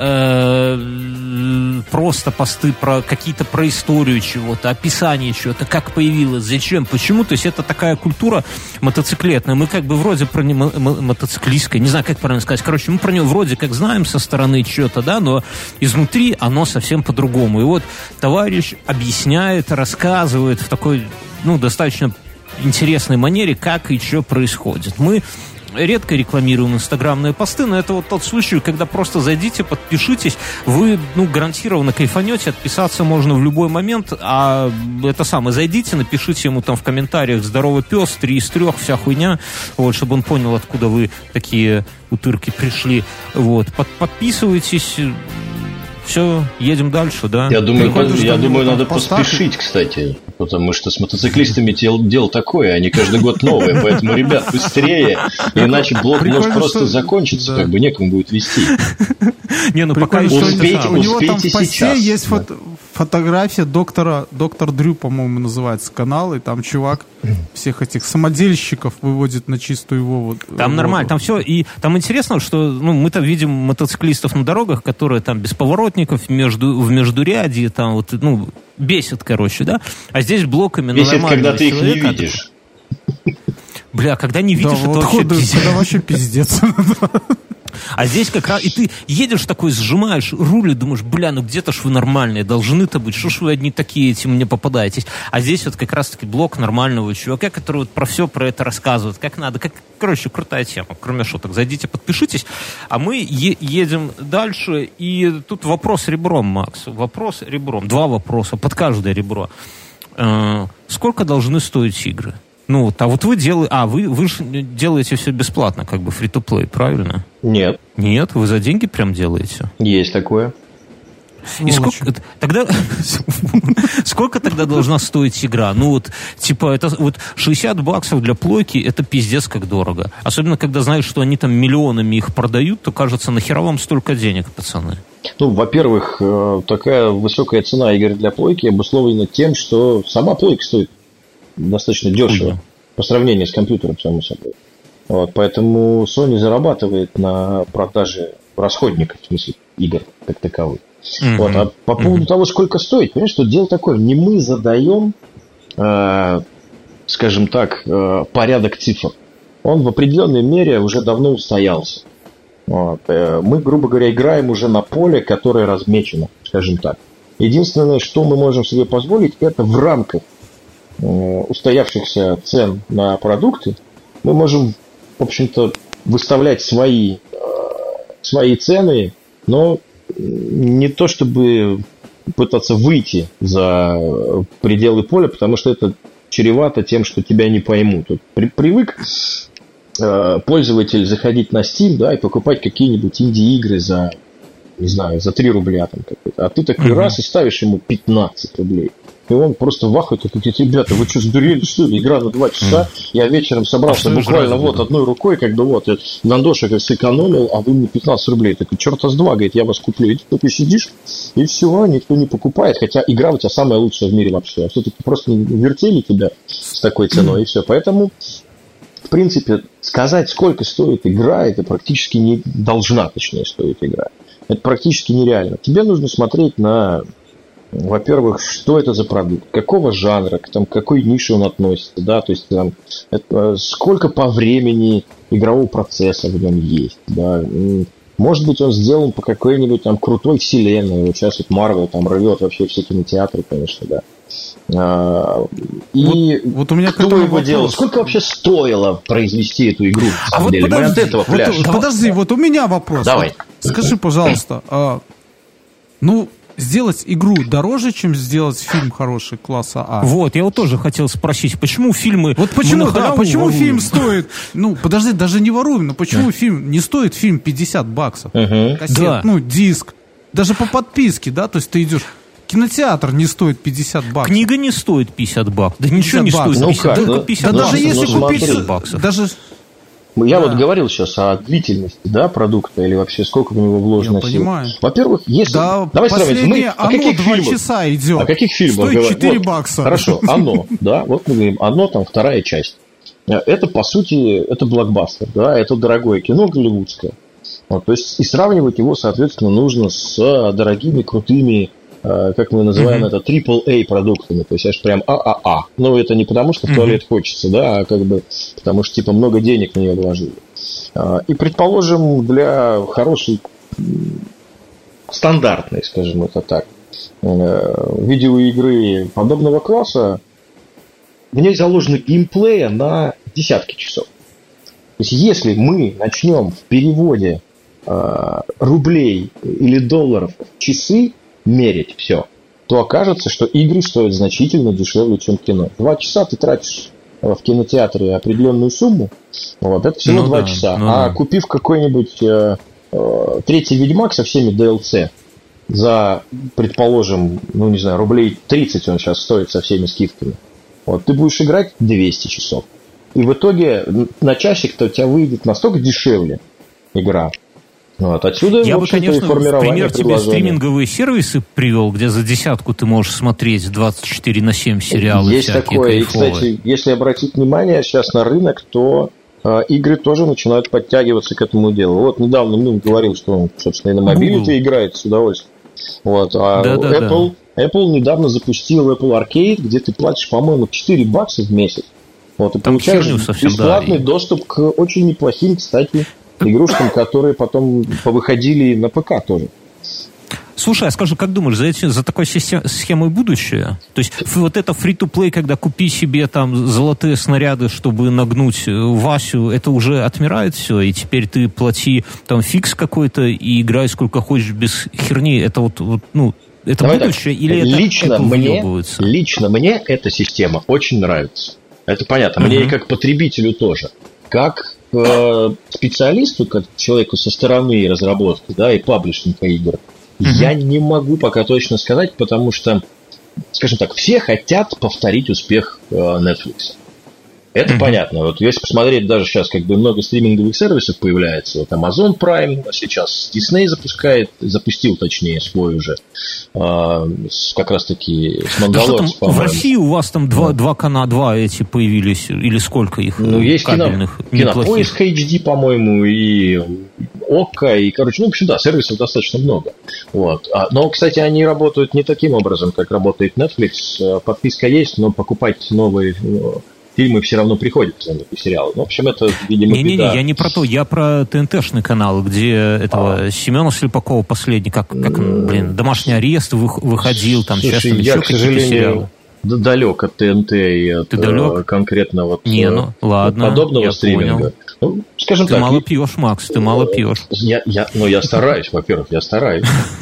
э, просто посты про какие-то про историю чего-то, описание чего-то, как появилось, зачем, почему. То есть это такая культура мотоциклетная. Мы как бы вроде про не, мотоциклистская, не знаю, как правильно сказать. Короче, мы про него вроде как знаем со стороны чего-то, да, но изнутри оно совсем по-другому. И вот товарищ объясняет, рассказывает в такой, ну, достаточно интересной манере, как и что происходит. Мы редко рекламируем инстаграмные посты, но это вот тот случай, когда просто зайдите, подпишитесь, вы, ну, гарантированно кайфанете, отписаться можно в любой момент, а это самое, зайдите, напишите ему там в комментариях «Здоровый пес», три из трех, вся хуйня, вот, чтобы он понял, откуда вы такие утырки пришли, вот, Под, подписывайтесь. Все, едем дальше, да? Я думаю, Приходу, я думаю надо поставить. поспешить, кстати, потому что с мотоциклистами дело, дело такое, они каждый год новые, поэтому, ребят, быстрее, иначе блог Приходу, может просто что... закончиться, да. как бы некому будет вести. Не, ну пока успейте, у него там в посте сейчас. есть фото, фотография доктора, доктор Дрю, по-моему, называется канал, и там чувак всех этих самодельщиков выводит на чистую воду. Там нормально, там все, и там интересно, что ну, мы-то видим мотоциклистов на дорогах, которые там без поворотников, между, в междурядье, там вот, ну, бесит, короче, да, а здесь блоками бесит, когда ты их не видишь. Бля, когда не видишь, да, это вот вообще ходы, пиздец. Это вообще пиздец. А здесь как раз... И ты едешь такой, сжимаешь руль и думаешь, бля, ну где-то ж вы нормальные, должны-то быть. Что ж вы одни такие эти мне попадаетесь? А здесь вот как раз-таки блок нормального чувака, который вот про все про это рассказывает, как надо. Как... Короче, крутая тема. Кроме шуток, зайдите, подпишитесь. А мы е- едем дальше. И тут вопрос ребром, Макс. Вопрос ребром. Два вопроса под каждое ребро. Э-э- сколько должны стоить игры? Ну, вот, а вот вы делаете... А, вы, вы же делаете все бесплатно, как бы фри-то-плей, правильно? Нет. Нет? Вы за деньги прям делаете? Есть такое. И сколько тогда... Сколько тогда должна стоить игра? Ну, вот, типа, это вот шестьдесят баксов для плойки, это пиздец как дорого. Особенно, когда знаешь, что они там миллионами их продают, то кажется, нахера вам столько денег, пацаны? Ну, во-первых, такая высокая цена игр для плойки обусловлена тем, что сама плойка стоит достаточно дешево Ой. по сравнению с компьютером, само собой. Вот, поэтому Sony зарабатывает на продаже расходников, в смысле игр как таковых. Mm-hmm. Вот, а по поводу mm-hmm. того, сколько стоит, понимаешь, что дело такое, не мы задаем, э, скажем так, э, порядок цифр. Он в определенной мере уже давно устоялся. Вот, э, мы, грубо говоря, играем уже на поле, которое размечено, скажем так. Единственное, что мы можем себе позволить, это в рамках устоявшихся цен на продукты, мы можем, в общем-то, выставлять свои, свои цены, но не то чтобы пытаться выйти за пределы поля, потому что это чревато тем, что тебя не поймут. Вот при, привык э, пользователь заходить на Steam, да, и покупать какие-нибудь инди-игры за, не знаю, за три рубля там какой-то, а ты такой mm-hmm. раз и ставишь ему пятнадцать рублей. И он просто в ахуе, такой, ребята, вы что, сдурели, что ли? Игра на два часа. Mm. Я вечером собрался а буквально вот буду? одной рукой, как бы вот, Нандоша как сэкономил, а вы мне пятнадцать рублей. Такой, черта с два, говорит, я вас куплю. И ты такой сидишь, и все, никто не покупает. Хотя игра у тебя самая лучшая в мире вообще. А все-таки просто вертели тебя с такой ценой, mm. и все. Поэтому, в принципе, сказать, сколько стоит игра, это практически не должна, точнее, стоить игра. Это практически нереально. Тебе нужно смотреть на... Во-первых, что это за продукт, какого жанра, там, к какой нише он относится, да, то есть там, это, сколько по времени игрового процесса в нем есть, да, может быть, он сделан по какой-нибудь там крутой вселенной, вот сейчас вот Marvel там рвет вообще все кинотеатры, конечно, да. А, и вот, вот у меня кто его вопрос. делал? Сколько вообще стоило произвести эту игру? А вот подожди, Мы от этого вот, подожди, вот у меня вопрос. Давай. Вот, скажи, пожалуйста, а, ну сделать игру дороже, чем сделать фильм хороший класса А. Вот, я вот тоже хотел спросить, почему фильмы... Вот почему, да, почему воруем? Фильм стоит... Ну, подожди, даже не воруем, но почему да. фильм не стоит фильм пятьдесят баксов? Uh-huh. Кассет, да. ну, диск. Даже по подписке, да, то есть ты идешь... Кинотеатр не стоит пятьдесят баксов. Книга не стоит пятьдесят баксов. Да ничего не стоит ну пятьдесят, как, да, да, пятьдесят да, баксов. Даже если ну, купить... баксов. Даже... Я да. вот говорил сейчас о длительности, да, продукта или вообще сколько в него вложено сил. Я понимаю. Во-первых, если... Да, давай сравним. Мы... Оно каких два фильмах? часа идет. О каких фильмах? Стоит четыре вот, бакса. Хорошо, Оно, да, вот мы говорим, Оно там вторая часть. это, по сути, это блокбастер, да, это дорогое кино голливудское. Вот, то есть, и сравнивать его, соответственно, нужно с дорогими, крутыми, э, как мы называем mm-hmm. это, трипл эй продуктами, то есть, аж прям ААА. Ну, это не потому, что в туалет mm-hmm. хочется, да, а как бы потому что, типа, много денег на нее вложили. И, предположим, для хорошей, стандартной, скажем это так, видеоигры подобного класса, в ней заложено геймплея на десятки часов. То есть, если мы начнем в переводе э, рублей или долларов в часы мерить все, то окажется, что игры стоят значительно дешевле, чем кино. Два часа ты тратишь в кинотеатре определенную сумму, вот, это всего ну два да, часа. Ну а да. купив какой-нибудь э, э, третий Ведьмак со всеми ди эл си за, предположим, ну не знаю, рублей тридцать он сейчас стоит со всеми скидками, вот, ты будешь играть двести часов. И в итоге на часик-то у тебя выйдет настолько дешевле игра. Вот. Отсюда, я в бы, конечно, в пример тебе стриминговые сервисы привел, где за десятку ты можешь смотреть двадцать четыре на семь сериалы. Есть такое. Кайфовые. И, кстати, если обратить внимание сейчас на рынок, то э, игры тоже начинают подтягиваться к этому делу. Вот недавно Мин говорил, что он, собственно, и на мобиле играет с удовольствием. Вот. А да, да, Apple, да. Apple недавно запустил Apple Arcade, где ты платишь, по-моему, четыре бакса в месяц. Вот, и там получаешь совсем, бесплатный да. доступ к очень неплохим, кстати, игрушкам, которые потом повыходили на ПК тоже. Слушай, а скажи, как думаешь, за, эти, за такой схемой будущее? То есть вот это фри-то-плей, когда купи себе там золотые снаряды, чтобы нагнуть Васю, это уже отмирает все, и теперь ты плати там фикс какой-то и играй сколько хочешь без херни. Это вот, вот ну, это Давай будущее так. или лично это мне, лично мне эта система очень нравится. Это понятно. Мне uh-huh. и как потребителю тоже. Как э, специалисту, как человеку со стороны разработки, да, и паблишинга игр, uh-huh. я не могу пока точно сказать, потому что, скажем так, все хотят повторить успех э, Netflix. Это mm-hmm. понятно. Вот если посмотреть, даже сейчас как бы много стриминговых сервисов появляется. Вот Amazon Prime, а сейчас Disney запускает, запустил, точнее, свой уже. А, с, как раз таки с Мандалорцем, да в России у вас там два, два канала, два эти появились, или сколько их ну, есть кабельных? Кино, Кинопоиск эйч ди, по-моему, и ОККО, и, короче, ну, в общем, да, сервисов достаточно много. Вот. А, но, кстати, они работают не таким образом, как работает Netflix. Подписка есть, но покупать новые фильмы все равно приходится, и сериалы. Ну, в общем, это, видимо, не, беда. Не-не-не, я не про то, я про ТНТшный канал, где этого а. Семена Слепакова последний, как, как блин, «Домашний арест» выходил, там Слушай, сейчас там я, еще к сожалению, далек от ТНТ и от Ты далек? конкретно вот не, ну, ладно, подобного стриминга. Ну, скажем ты так, мало я... пьешь, Макс, ты мало пьешь. Я, я, ну, я стараюсь, во-первых, я стараюсь.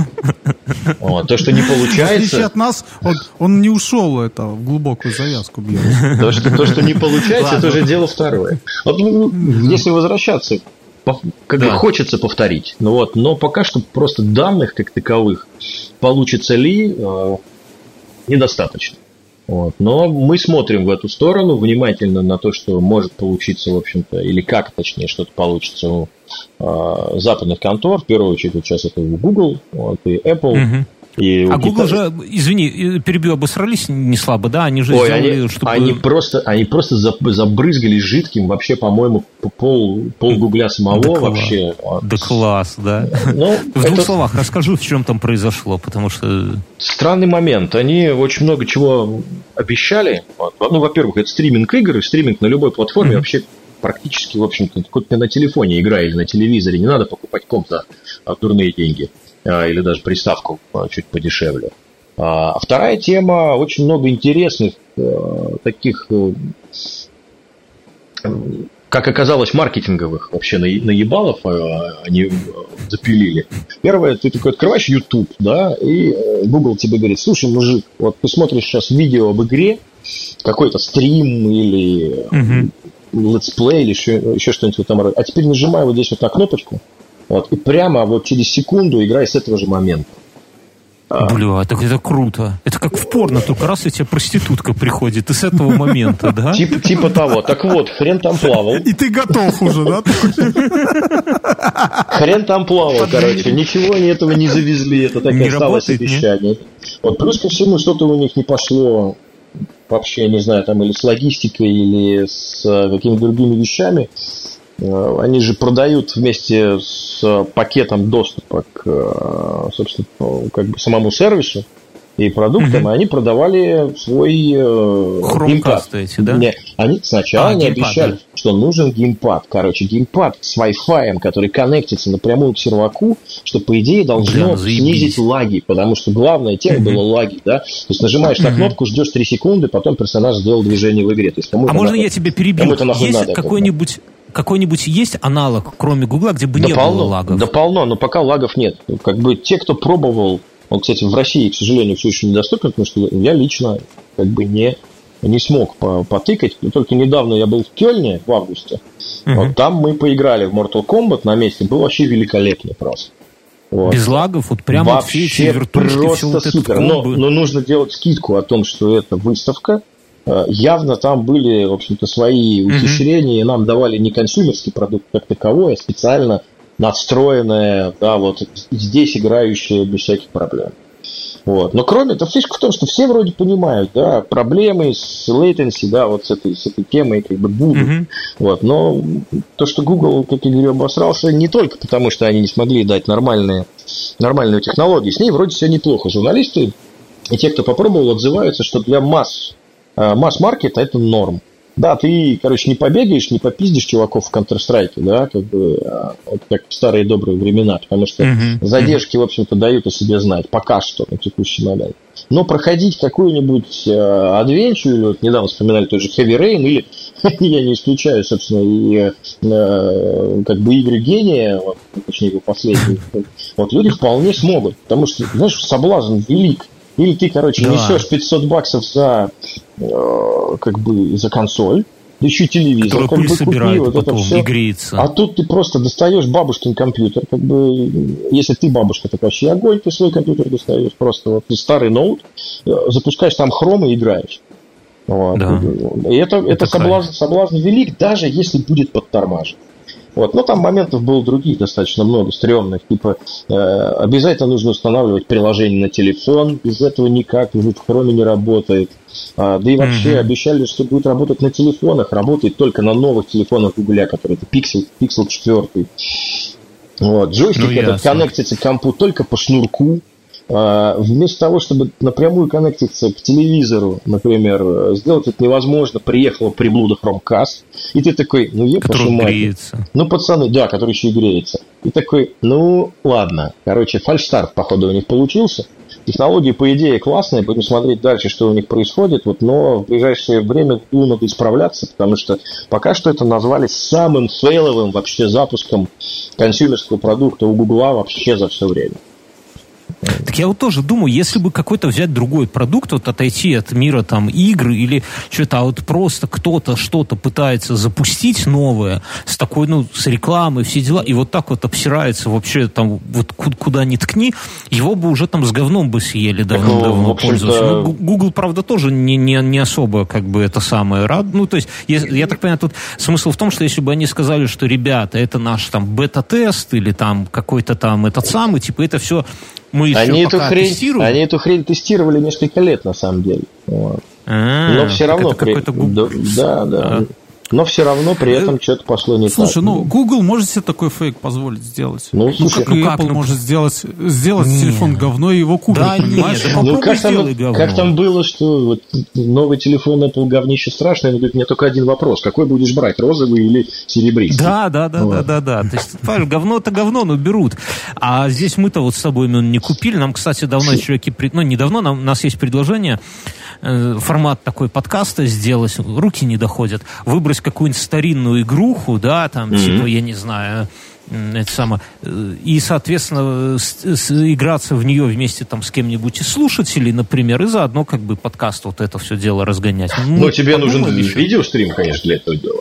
Вот, то, что не получается... В отличие от нас, он, он не ушел это, в глубокую завязку бьет. То, что, то, что не получается, это уже дело второе. Вот, ну, если возвращаться, как да. бы хочется повторить, ну, вот, но пока что просто данных как таковых получится ли, э, недостаточно. Вот. Но мы смотрим в эту сторону внимательно на то, что может получиться, в общем-то, или как, точнее, что-то получится у э, западных контор. В первую очередь, вот сейчас это Google, вот, и Apple. Угу. И а Google же, извини, перебью, обосрались не слабо, да? Они же Ой, сделали, они, чтобы... Они просто, они просто забрызгали жидким вообще, по-моему, пол, пол Гугля самого да вообще. Класс. Да класс, да. Ну, в это... двух словах расскажу, в чем там произошло, потому что... Странный момент. Они очень много чего обещали. Ну, во-первых, это стриминг игр, и стриминг на любой платформе mm-hmm. вообще практически, в общем-то, хоть ты на телефоне игра или на телевизоре, не надо покупать комп за дурные деньги. Или даже приставку чуть подешевле. А вторая тема, очень много интересных таких, как оказалось, маркетинговых вообще наебалов они запилили. Первое, ты такой открываешь YouTube, да, и Google тебе говорит: слушай, мужик, вот ты смотришь сейчас видео об игре, какой-то стрим или угу. летсплей или еще, еще что-нибудь в этом роде, а теперь нажимай вот здесь вот на кнопочку. Вот, и прямо вот через секунду играй с этого же момента. Бля, это, это круто. Это как в порно, только раз и тебе проститутка приходит, и с этого момента, да? Тип, типа того. Так вот, хрен там плавал. И ты готов уже, да? Хрен там плавал, короче. Ничего они этого не завезли. Это так и осталось обещание. Вот, плюс ко всему, что-то у них не пошло вообще, не знаю, там или с логистикой, или с какими-то другими вещами, они же продают вместе с пакетом доступа к, собственно, как бы самому сервису и продуктам, угу. и они продавали свой геймпад. Эти, да? Не, они сначала а, не обещали, да. что нужен геймпад. Короче, геймпад с Wi-Fi, который коннектится напрямую к серваку, что, по идее, должно Блин, снизить лаги, потому что главная тема угу. была лаги, да? То есть нажимаешь угу. на кнопку, ждешь три секунды, потом персонаж сделал движение в игре. То есть, а можно нахуй, я тебя перебью? Есть какой-нибудь... Какой-нибудь есть аналог, кроме Гугла, где бы да не полно, было лагов? Да полно, но пока лагов нет. Как бы те, кто пробовал, он, кстати, в России, к сожалению, все еще недоступен, потому что я лично как бы не, не смог потыкать. Только недавно я был в Кёльне в августе. Uh-huh. Вот там мы поиграли в Mortal Kombat на месте. Был вообще великолепный просто. Вот. Без лагов, вот прямо вообще все эти вертушки, просто все вот супер. Но, но нужно делать скидку о том, что это выставка. Явно там были, в общем-то, свои ухищрения, uh-huh. нам давали не консюмерский продукт как таковой, а специально надстроенное, да, вот здесь играющее без всяких проблем. Вот. Но кроме этого, фишка в том, что все вроде понимают, да, проблемы с latency, да, вот с этой, с этой темой как бы будут. Uh-huh. Вот. Но то, что Google, как я говорю, обосрался, не только потому, что они не смогли дать нормальные, нормальную технологию, с ней вроде все неплохо. Журналисты и те, кто попробовал, отзываются, что для масс масс-маркета это норм. Да, ты, короче, не побегаешь, не попиздишь чуваков в Counter-Strike, да, как бы, вот как в старые добрые времена, потому что uh-huh. задержки, в общем-то, дают о себе знать, пока что, на текущий момент. Но проходить какую-нибудь адвенчу, или вот недавно вспоминали тот же Heavy Rain, или, я не исключаю, собственно, и как бы игры гения, вот, точнее, его последние, вот люди вполне смогут, потому что, знаешь, соблазн велик. Или ты, короче, да. несешь пятьсот баксов за, э, как бы, за консоль, да еще телевизор, который как пыль бы собирает, купи, вот потом это все. И греется. А тут ты просто достаешь бабушкин компьютер, как бы, если ты бабушка, так вообще огонь, ты свой компьютер достаешь, просто вот старый ноут, запускаешь там хром и играешь. Вот. Да. И это, это, это соблазн, соблазн велик, даже если будет подтормажен. Вот. Но там моментов было других достаточно много, стрёмных. Типа, э, обязательно нужно устанавливать приложение на телефон. Без этого никак, в Chrome не работает. А, да и вообще mm-hmm. обещали, что будет работать на телефонах. Работает только на новых телефонах Google, которые это Pixel, Pixel четыре. Вот. Джойстик ну, этот ясно. Коннектится к компу только по шнурку. Вместо того, чтобы напрямую коннектиться к телевизору, например, сделать это невозможно, приехала приблуда Chromecast, и ты такой, ну еб вашу мать. Ну, пацаны, да, который еще и греется. И такой, ну, ладно. Короче, фальшстарт, походу, у них получился. Технологии, по идее, классные, будем смотреть дальше, что у них происходит, вот, но в ближайшее время ну, надо исправляться, потому что пока что это назвали самым фейловым вообще запуском консюмерского продукта у Гугла вообще за все время. Так я вот тоже думаю, если бы какой-то взять другой продукт, вот отойти от мира там игр или что-то, а вот просто кто-то что-то пытается запустить новое с такой, ну, с рекламой, все дела, и вот так вот обсирается вообще там, вот куда ни ткни, его бы уже там с говном бы съели давно-давно пользоваться. Ну, Google, правда, тоже не, не, не особо как бы это самое рад. Ну, то есть, я, я так понимаю, тут смысл в том, что если бы они сказали, что, ребята, это наш там бета-тест или там какой-то там этот самый, типа, это все мы еще они пока эту хрень, тестируем. Они эту хрень тестировали несколько лет, на самом деле. Вот. Но все равно... Это при... да, да, да. А. Но все равно при этом что-то пошло не слушай, так. Слушай, ну, Google может себе такой фейк позволить сделать. Ну, ну как ну, и как, Apple ну, может сделать, сделать телефон говно и его купить, да, понимаешь? Нет, ну, как там, как там было, что вот, новый телефон Apple говнище страшное, но говорит, у меня только один вопрос. Какой будешь брать, розовый или серебристый? Да, да, да, вот. да, да, да. То есть, понимаешь, говно-то говно, но берут. А здесь мы-то вот с тобой именно не купили. Нам, кстати, давно чуваки... Ну, недавно нам, у нас есть предложение, э, формат такой подкаста сделать, руки не доходят, выбрать какую-нибудь старинную игруху, да, там, mm-hmm. типа, я не знаю, это самое, и, соответственно, с, с, играться в нее вместе там с кем-нибудь из слушателей, например, и заодно как бы подкаст вот это все дело разгонять. Ну, Но тебе нужен видеострим, конечно, для этого дела.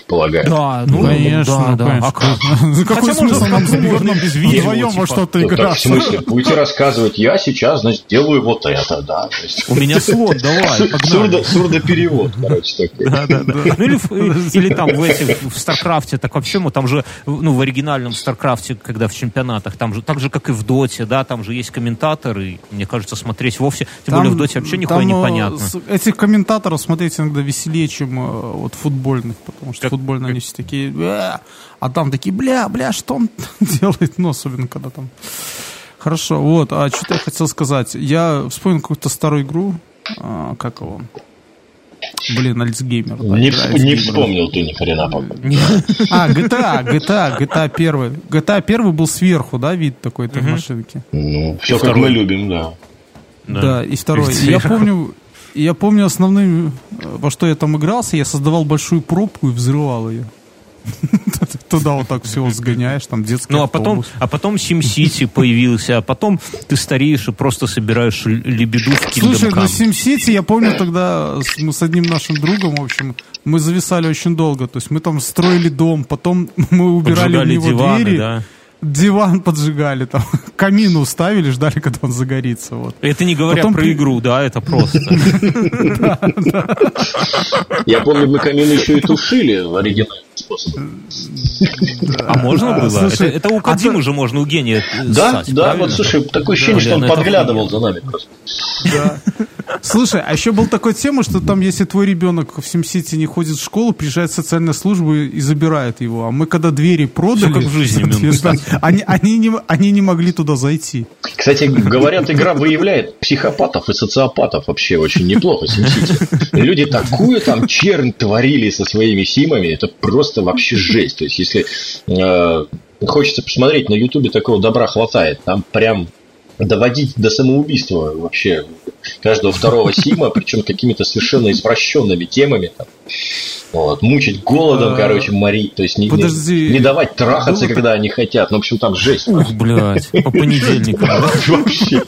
предполагаю. Да, ну, конечно, да. да. А какой смысл нам вдвоем во что-то играть? В смысле, будете рассказывать, я сейчас, значит, делаю вот это, да. У меня слот, давай, погнали. Сурдоперевод, короче, такой. Да, да, да. Ну, или, или там в этих, в Старкрафте, так вообще, ну, там же, ну, в оригинальном Старкрафте, когда в чемпионатах, там же, так же, как и в Доте, да, там же есть комментаторы, и, мне кажется, смотреть вовсе, тем там, более в Доте вообще нихуя не понятно. Этих комментаторов смотреть иногда веселее, чем вот футбольных, потому что как, футбольные как... они все такие, а там такие, бля, бля, что он делает, ну, особенно когда там... Хорошо, вот, а что-то я хотел сказать. Я вспомнил какую-то старую игру, а, как его... Блин, Альцгеймер. Да, не вс- не вспомнил ты ни хрена пока. А, джи ти эй, джи ти эй, джи ти эй первый. джи ти эй первый был сверху, да, вид такой-то угу. машинки. Ну, все как мы любим, да. Да, да и второй. И я помню, я помню основным, во что я там игрался, я создавал большую пробку и взрывал ее. Туда вот так все сгоняешь, там детский Ну, а потом, а потом SimCity появился, а потом ты стареешь и просто собираешь лебеду в Kingdom Come. Слушай, на SimCity я помню тогда, мы с одним нашим другом, в общем, мы зависали очень долго. То есть мы там строили дом, потом мы убирали в него диваны, двери. Да. Диван поджигали, там, камин уставили, ждали, когда он загорится. Вот. Это не говоря Потом про при... игру, да, это просто. Я помню, мы камин еще и тушили оригинальным способом. А можно было? Это у Кодзимы же можно, у гения. Да, да, вот слушай, такое ощущение, что он подглядывал за нами просто. Да. Слушай, а еще была такая тема, что там, если твой ребенок в SimCity не ходит в школу, приезжает социальная служба и забирает его. А мы когда двери продали, как в жизни, они, они, не, они не могли туда зайти. Кстати, говорят, игра выявляет психопатов и социопатов вообще очень неплохо, SimCity. Люди такую там чернь творили со своими симами, это просто вообще жесть. То есть, если э, хочется посмотреть, на Ютубе такого добра хватает. Там прям доводить до самоубийства вообще каждого второго сима, причем какими-то совершенно извращенными темами. Там. Вот. Мучить голодом, а... короче, морить. То есть не, не, не давать трахаться, когда они хотят. Ну, в общем, там жесть. Ух, блядь, по понедельникам. Вообще.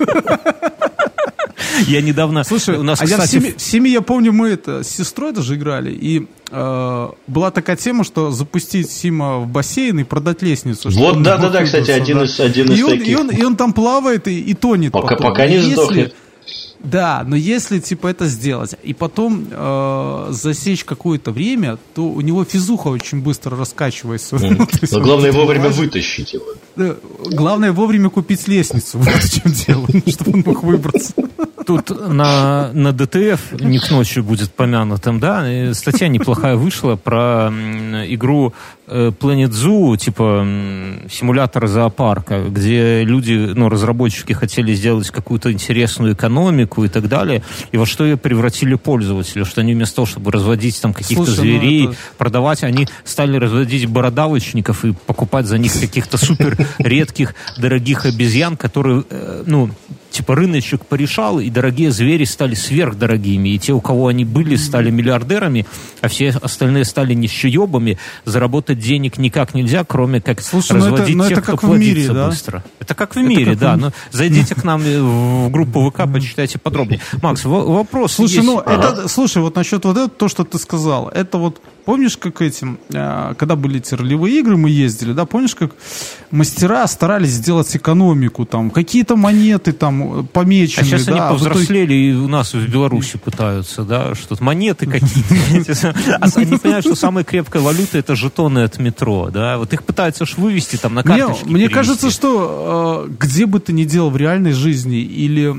Я недавно... Слушай, у нас, а кстати... я в, семье, в семье, я помню, мы это с сестрой даже играли, и э, была такая тема, что запустить Сима в бассейн и продать лестницу. Вот, да-да-да, кстати, один, да. из, один из и он, таких. И он, и он там плавает и, и тонет пока, потом. Пока не если... сдохнет. Да, но если типа это сделать и потом э, засечь какое-то время, то у него физуха очень быстро раскачивается. Mm. Но главное вовремя вытащить его. Главное вовремя купить лестницу. Вот в чем дело, чтобы он мог выбраться. Тут на, на ди ти эф не к ночи будет помянутым, да, статья неплохая вышла про игру Planet Zoo, типа симулятор зоопарка, где люди, ну, разработчики хотели сделать какую-то интересную экономику и так далее, и во что ее превратили пользователи, что они вместо того, чтобы разводить там каких-то Слушай, зверей, ну это... продавать, они стали разводить бородавочников и покупать за них каких-то супер редких, дорогих обезьян, которые, ну, типа рыночек порешал, и дорогие звери стали сверхдорогими, и те, у кого они были, стали миллиардерами, а все остальные стали нищеебами. Заработать денег никак нельзя, кроме как Слушай, разводить но это, но тех, это кто плодится мире, да? быстро. Это как в это мире, как да. В... Но зайдите к нам в группу ВК, почитайте подробнее. Макс, вопрос Слушай, есть. ну, ага. это, слушай, вот насчет вот этого, то, что ты сказал, это вот, помнишь, как этим, когда были эти ролевые игры, мы ездили, да, помнишь, как мастера старались сделать экономику, там, какие-то монеты там помечены. А сейчас да, они повзрослели и у нас в Беларуси пытаются, да, что-то монеты какие-то. Они понимают, что самая крепкая валюта — это жетоны от метро, да, вот их пытаются ж вывести там на карточки. Мне кажется, что где бы ты ни делал в реальной жизни или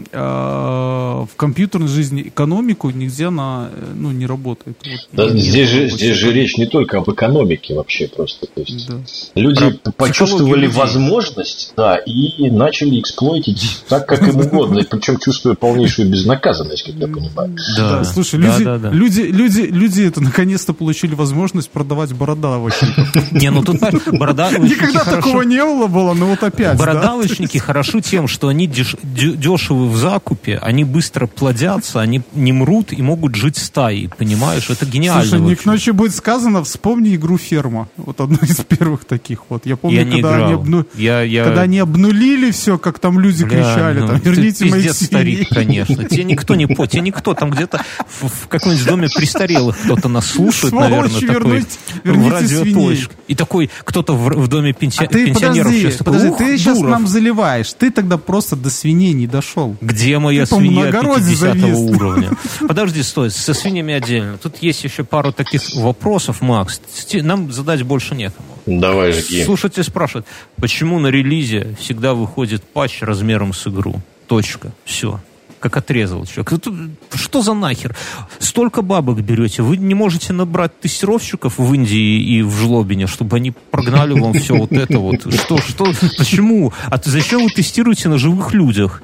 в компьютерной жизни, экономику нигде она, ну, не работает. Здесь же здесь же речь не только об экономике вообще просто. То есть да. Люди Про почувствовали возможность, да, и начали эксплойтить так, как им угодно, причем чувствуя полнейшую безнаказанность, как я понимаю. Да, да. Слушай, люди, да, да, да. люди, люди, люди это наконец-то получили возможность продавать бородавочников. Не, ну тут бородавочники никогда такого не было, было, но вот опять. Бородавочники хороши тем, что они дешевы в закупе, они быстро плодятся, они не мрут и могут жить стаей, понимаешь? Это гениально. Слушай, не к ночи будет сказано, вспомни игру «Ферма». Вот одну из первых таких вот. Я помню, я когда, они, обну... я, я... когда они обнулили все, как там люди Бля, кричали, ну, там, верните моих пиздец свиней. Старик, конечно. Тебе никто не по, тебе никто там где-то в, в каком-нибудь доме престарелых кто-то нас слушает, Сволочь, наверное, вернуть, такой в радиоточке. И такой кто-то в, в доме пенси... а ты пенсионеров подожди, сейчас такой, подожди, ух, ты сейчас Дуров. нам заливаешь. Ты тогда просто до свиней не дошел. Где моя ты свинья пятидесятого уровня? Подожди, стой, со свиньями отдельно. Тут есть еще пару таких вопросов, Макс. Нам задать больше некому. Давай, жги. Слушатель спрашивает, почему на релизе всегда выходит патч размером с игру? Точка. Все. Как отрезал человек. Что за нахер? Столько бабок берете. Вы не можете набрать тестировщиков в Индии и в Жлобине, чтобы они прогнали вам все вот это вот. Что, что, почему? А зачем вы тестируете на живых людях?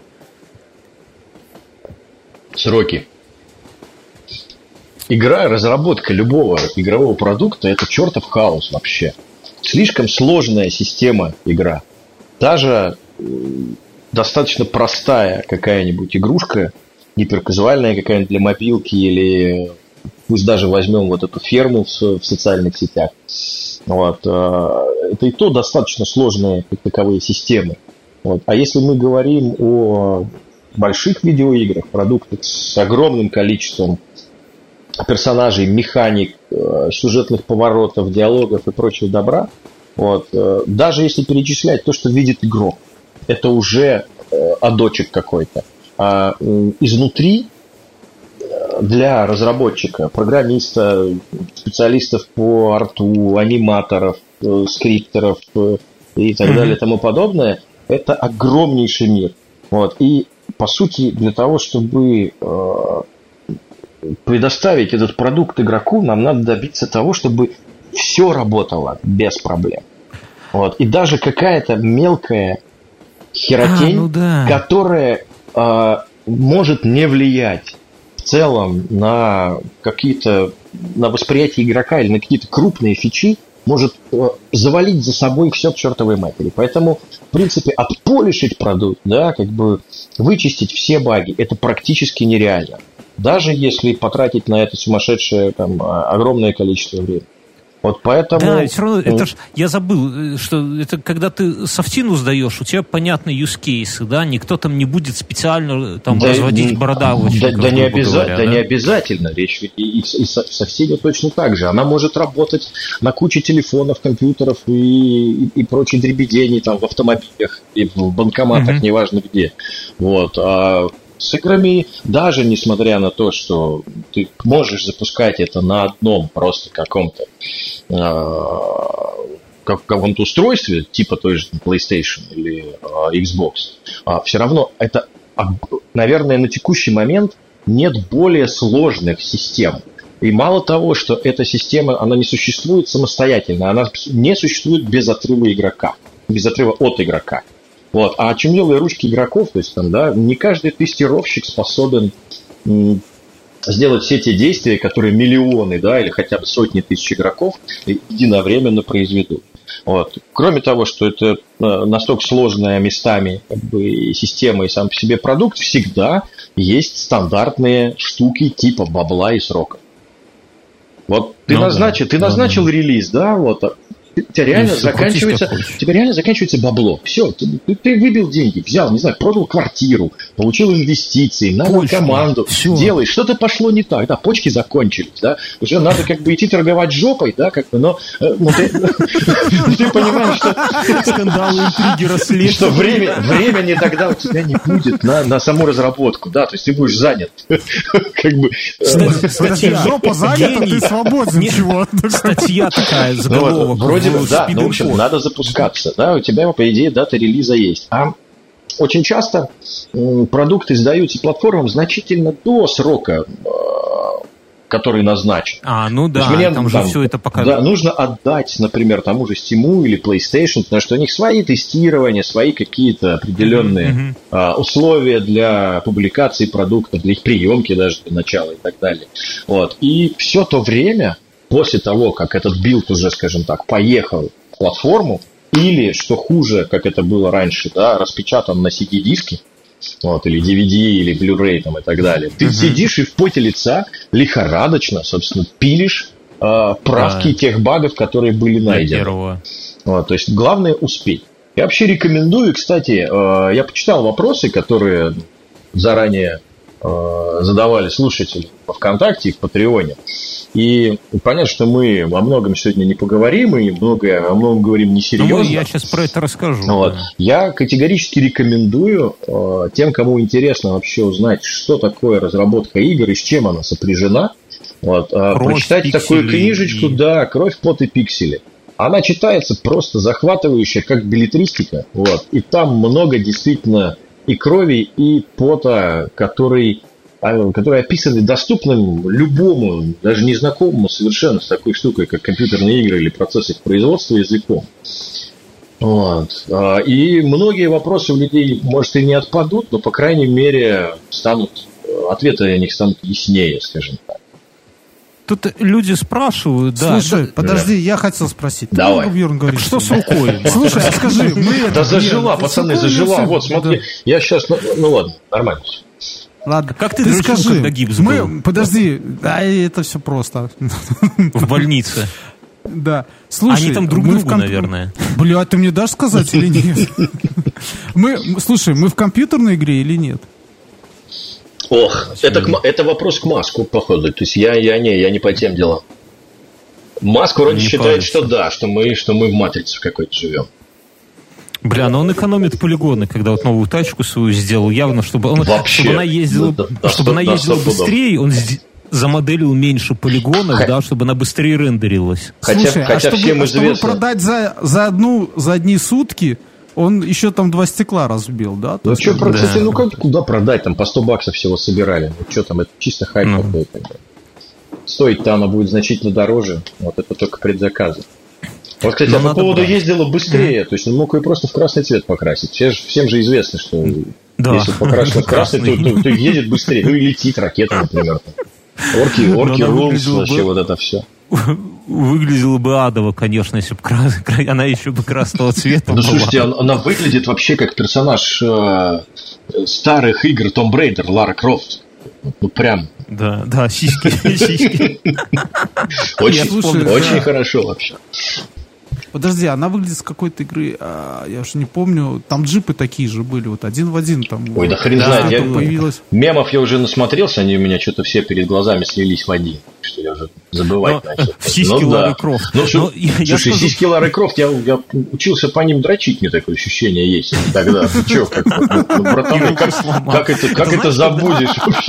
Сроки. Игра, разработка любого игрового продукта – это чертов хаос вообще. Слишком сложная система игра. Даже достаточно простая какая-нибудь игрушка, гиперказуальная какая-нибудь для мобилки, или пусть даже возьмем вот эту ферму в, в социальных сетях. Вот. Это и то достаточно сложные как таковые системы. Вот. А если мы говорим о больших видеоиграх, продуктах с огромным количеством персонажей, механик, сюжетных поворотов, диалогов и прочего добра, вот, даже если перечислять то, что видит игрок, это уже адочек какой-то. А изнутри для разработчика, программиста, специалистов по арту, аниматоров, скриптеров и так далее и тому подобное, это огромнейший мир. Вот. И, по сути, для того, чтобы предоставить этот продукт игроку, нам надо добиться того, чтобы все работало без проблем. Вот. И даже какая-то мелкая херотень, а, ну да. которая э, может не влиять в целом на какие-то, на восприятие игрока или на какие-то крупные фичи, может э, завалить за собой все к чертовой матери. Поэтому, в принципе, отполишить продукт, да, как бы вычистить все баги, это практически нереально. Даже если потратить на это сумасшедшее там, огромное количество времени. Вот поэтому... Да, все равно, это ж, я забыл, что это когда ты софтину сдаешь, у тебя понятные use cases, да, никто там не будет специально там да, разводить бородавочников. Да, да, не обяза... говоря, да, да не обязательно, речь ведь и, и, и со, со всеми точно так же. Она может работать на куче телефонов, компьютеров и, и, и прочей дребедений там в автомобилях и в банкоматах, mm-hmm. неважно где. Вот, а с играми, даже несмотря на то, что ты можешь запускать это на одном просто каком-то э, каком-то устройстве, типа той же PlayStation или э, Xbox, э, все равно это, наверное, на текущий момент нет более сложных систем. И мало того, что эта система, она не существует самостоятельно, она не существует без отрыва игрока, без отрыва от игрока. Вот. А очумелые ручки игроков, то есть там, да, не каждый тестировщик способен м, сделать все те действия, которые миллионы, да, или хотя бы сотни тысяч игроков единовременно произведут. Вот. Кроме того, что это настолько сложная местами как бы, система и сам по себе продукт, всегда есть стандартные штуки типа бабла и срока. Вот ты, ну, назначил, да. ты назначил да, релиз, да, вот. У тебя реально, заканчивается, у тебя реально заканчивается бабло. Все, ты, ты выбил деньги, взял, не знаю, продал квартиру, получил инвестиции, нанял Почки. команду, Все. делаешь, что-то пошло не так, да, почки закончились, да, уже надо как бы идти торговать жопой, да, как бы, но ну, ты, ты понимаешь, что скандалы, интриги, расследования, что время, времени тогда у тебя не будет на, на саму разработку, да, то есть ты будешь занят, как бы. Статья, жопа занята, ты свободен, чего? Статья такая, заголовок. Вроде да, ну, в общем, надо запускаться, да, у тебя, по идее, дата релиза есть. А очень часто м, продукты издаются платформам значительно до срока, э, который назначен. А, ну да, мне, там же там, все это показывает. Да, нужно отдать, например, тому же Steam или PlayStation, потому что у них свои тестирования, свои какие-то определенные mm-hmm. э, условия для публикации продукта, для их приемки даже для начала и так далее. Вот. И все то время... После того, как этот билд уже, скажем так, поехал в платформу, или, что хуже, как это было раньше, да, распечатан на си ди-диске, вот, или ди ви ди, или Blu-ray там, и так далее, ты uh-huh. сидишь и в поте лица лихорадочно, собственно, пилишь э, правки да. тех багов, которые были найдены. Вот, то есть главное успеть. Я вообще рекомендую, кстати, э, я почитал вопросы, которые заранее э, задавали слушатели во ВКонтакте и в Патреоне. И понятно, что мы о многом сегодня не поговорим, и многое, о многом говорим несерьезно. Ну, я сейчас про это расскажу. Вот. Да. Я категорически рекомендую э, тем, кому интересно вообще узнать, что такое разработка игр и с чем она сопряжена, вот, э, прочитать такую книжечку, и... да, «Кровь, пот и пиксели». Она читается просто захватывающе, как беллетристика. Вот. И там много действительно и крови, и пота, который... которые описаны доступным любому, даже незнакомому совершенно с такой штукой, как компьютерные игры или процесс их производства языком. Вот. И многие вопросы у людей, может, и не отпадут, но, по крайней мере, станут, ответы на них станут яснее, скажем так. Тут люди спрашивают, да. Слушай, да, подожди, да. я хотел спросить. Давай. Говорит, что с рукой? Слушай, а скажи, мы... Да зажила, пацаны, зажила. Вот, смотри, я сейчас... Ну ладно, нормально. Ладно, как ты, ты скажи, когда гипс был? Мы, подожди, да, это все просто. В больнице. Да. Слушай, они там друг другу, комп... наверное. Бля, ты мне дашь сказать или нет? Мы, слушай, мы в компьютерной игре или нет? Ох, это, к, это вопрос к Маску, походу. То есть я, я не, я не по тем делам. Маск вроде не считает, парится. Что да, что мы, что мы в матрице какой-то живем. Бля, но он экономит полигоны, когда вот новую тачку свою сделал, явно, чтобы, он, Вообще, чтобы она ездила, да, да, чтобы да, она ездила да, быстрее, он замоделил меньше полигонов, Х... да, чтобы она быстрее рендерилась. Хотя, Слушай, хотя а чтобы, всем а известно... чтобы продать за, за, одну, за одни сутки, он еще там два стекла разбил, да? Ну, что, да. кстати, ну как, куда продать? Там по сто баксов всего собирали. Ну, что там, это чисто хайп mm. какой-то. Стоить-то она будет значительно дороже. Вот это только предзаказы. Вот, кстати, а по поводу брать. Ездила быстрее. Mm. То есть, он мог ее просто в красный цвет покрасить. Все, всем же известно, что да. если покрашено в красный, то, то, то едет быстрее. Ну и летит ракета, например. Орки, орки, рулс, вообще вот это все. Выглядела бы адово, конечно, если бы крас... она еще бы красного цвета была. Ну, слушайте, она выглядит вообще как персонаж э, старых игр Tomb Raider, Лара Крофт. Ну, прям. Да, да, сиськи, сиськи. Очень, очень хорошо вообще. Подожди, она выглядит с какой-то игры, а, я уж не помню, там джипы такие же были, вот один в один там. Ой, да хрен знает, я появилась. Мемов я уже насмотрелся, они у меня что-то все перед глазами слились в один, что я уже забывать но, начал. Сиськи ну, Лары да. Крофт. Ну, что, я, слушай, я скажу... сиськи Лары Крофт, я, я учился по ним дрочить, мне такое ощущение есть тогда. Ты че, как, ну, братан, как, как это, как это забудешь вообще?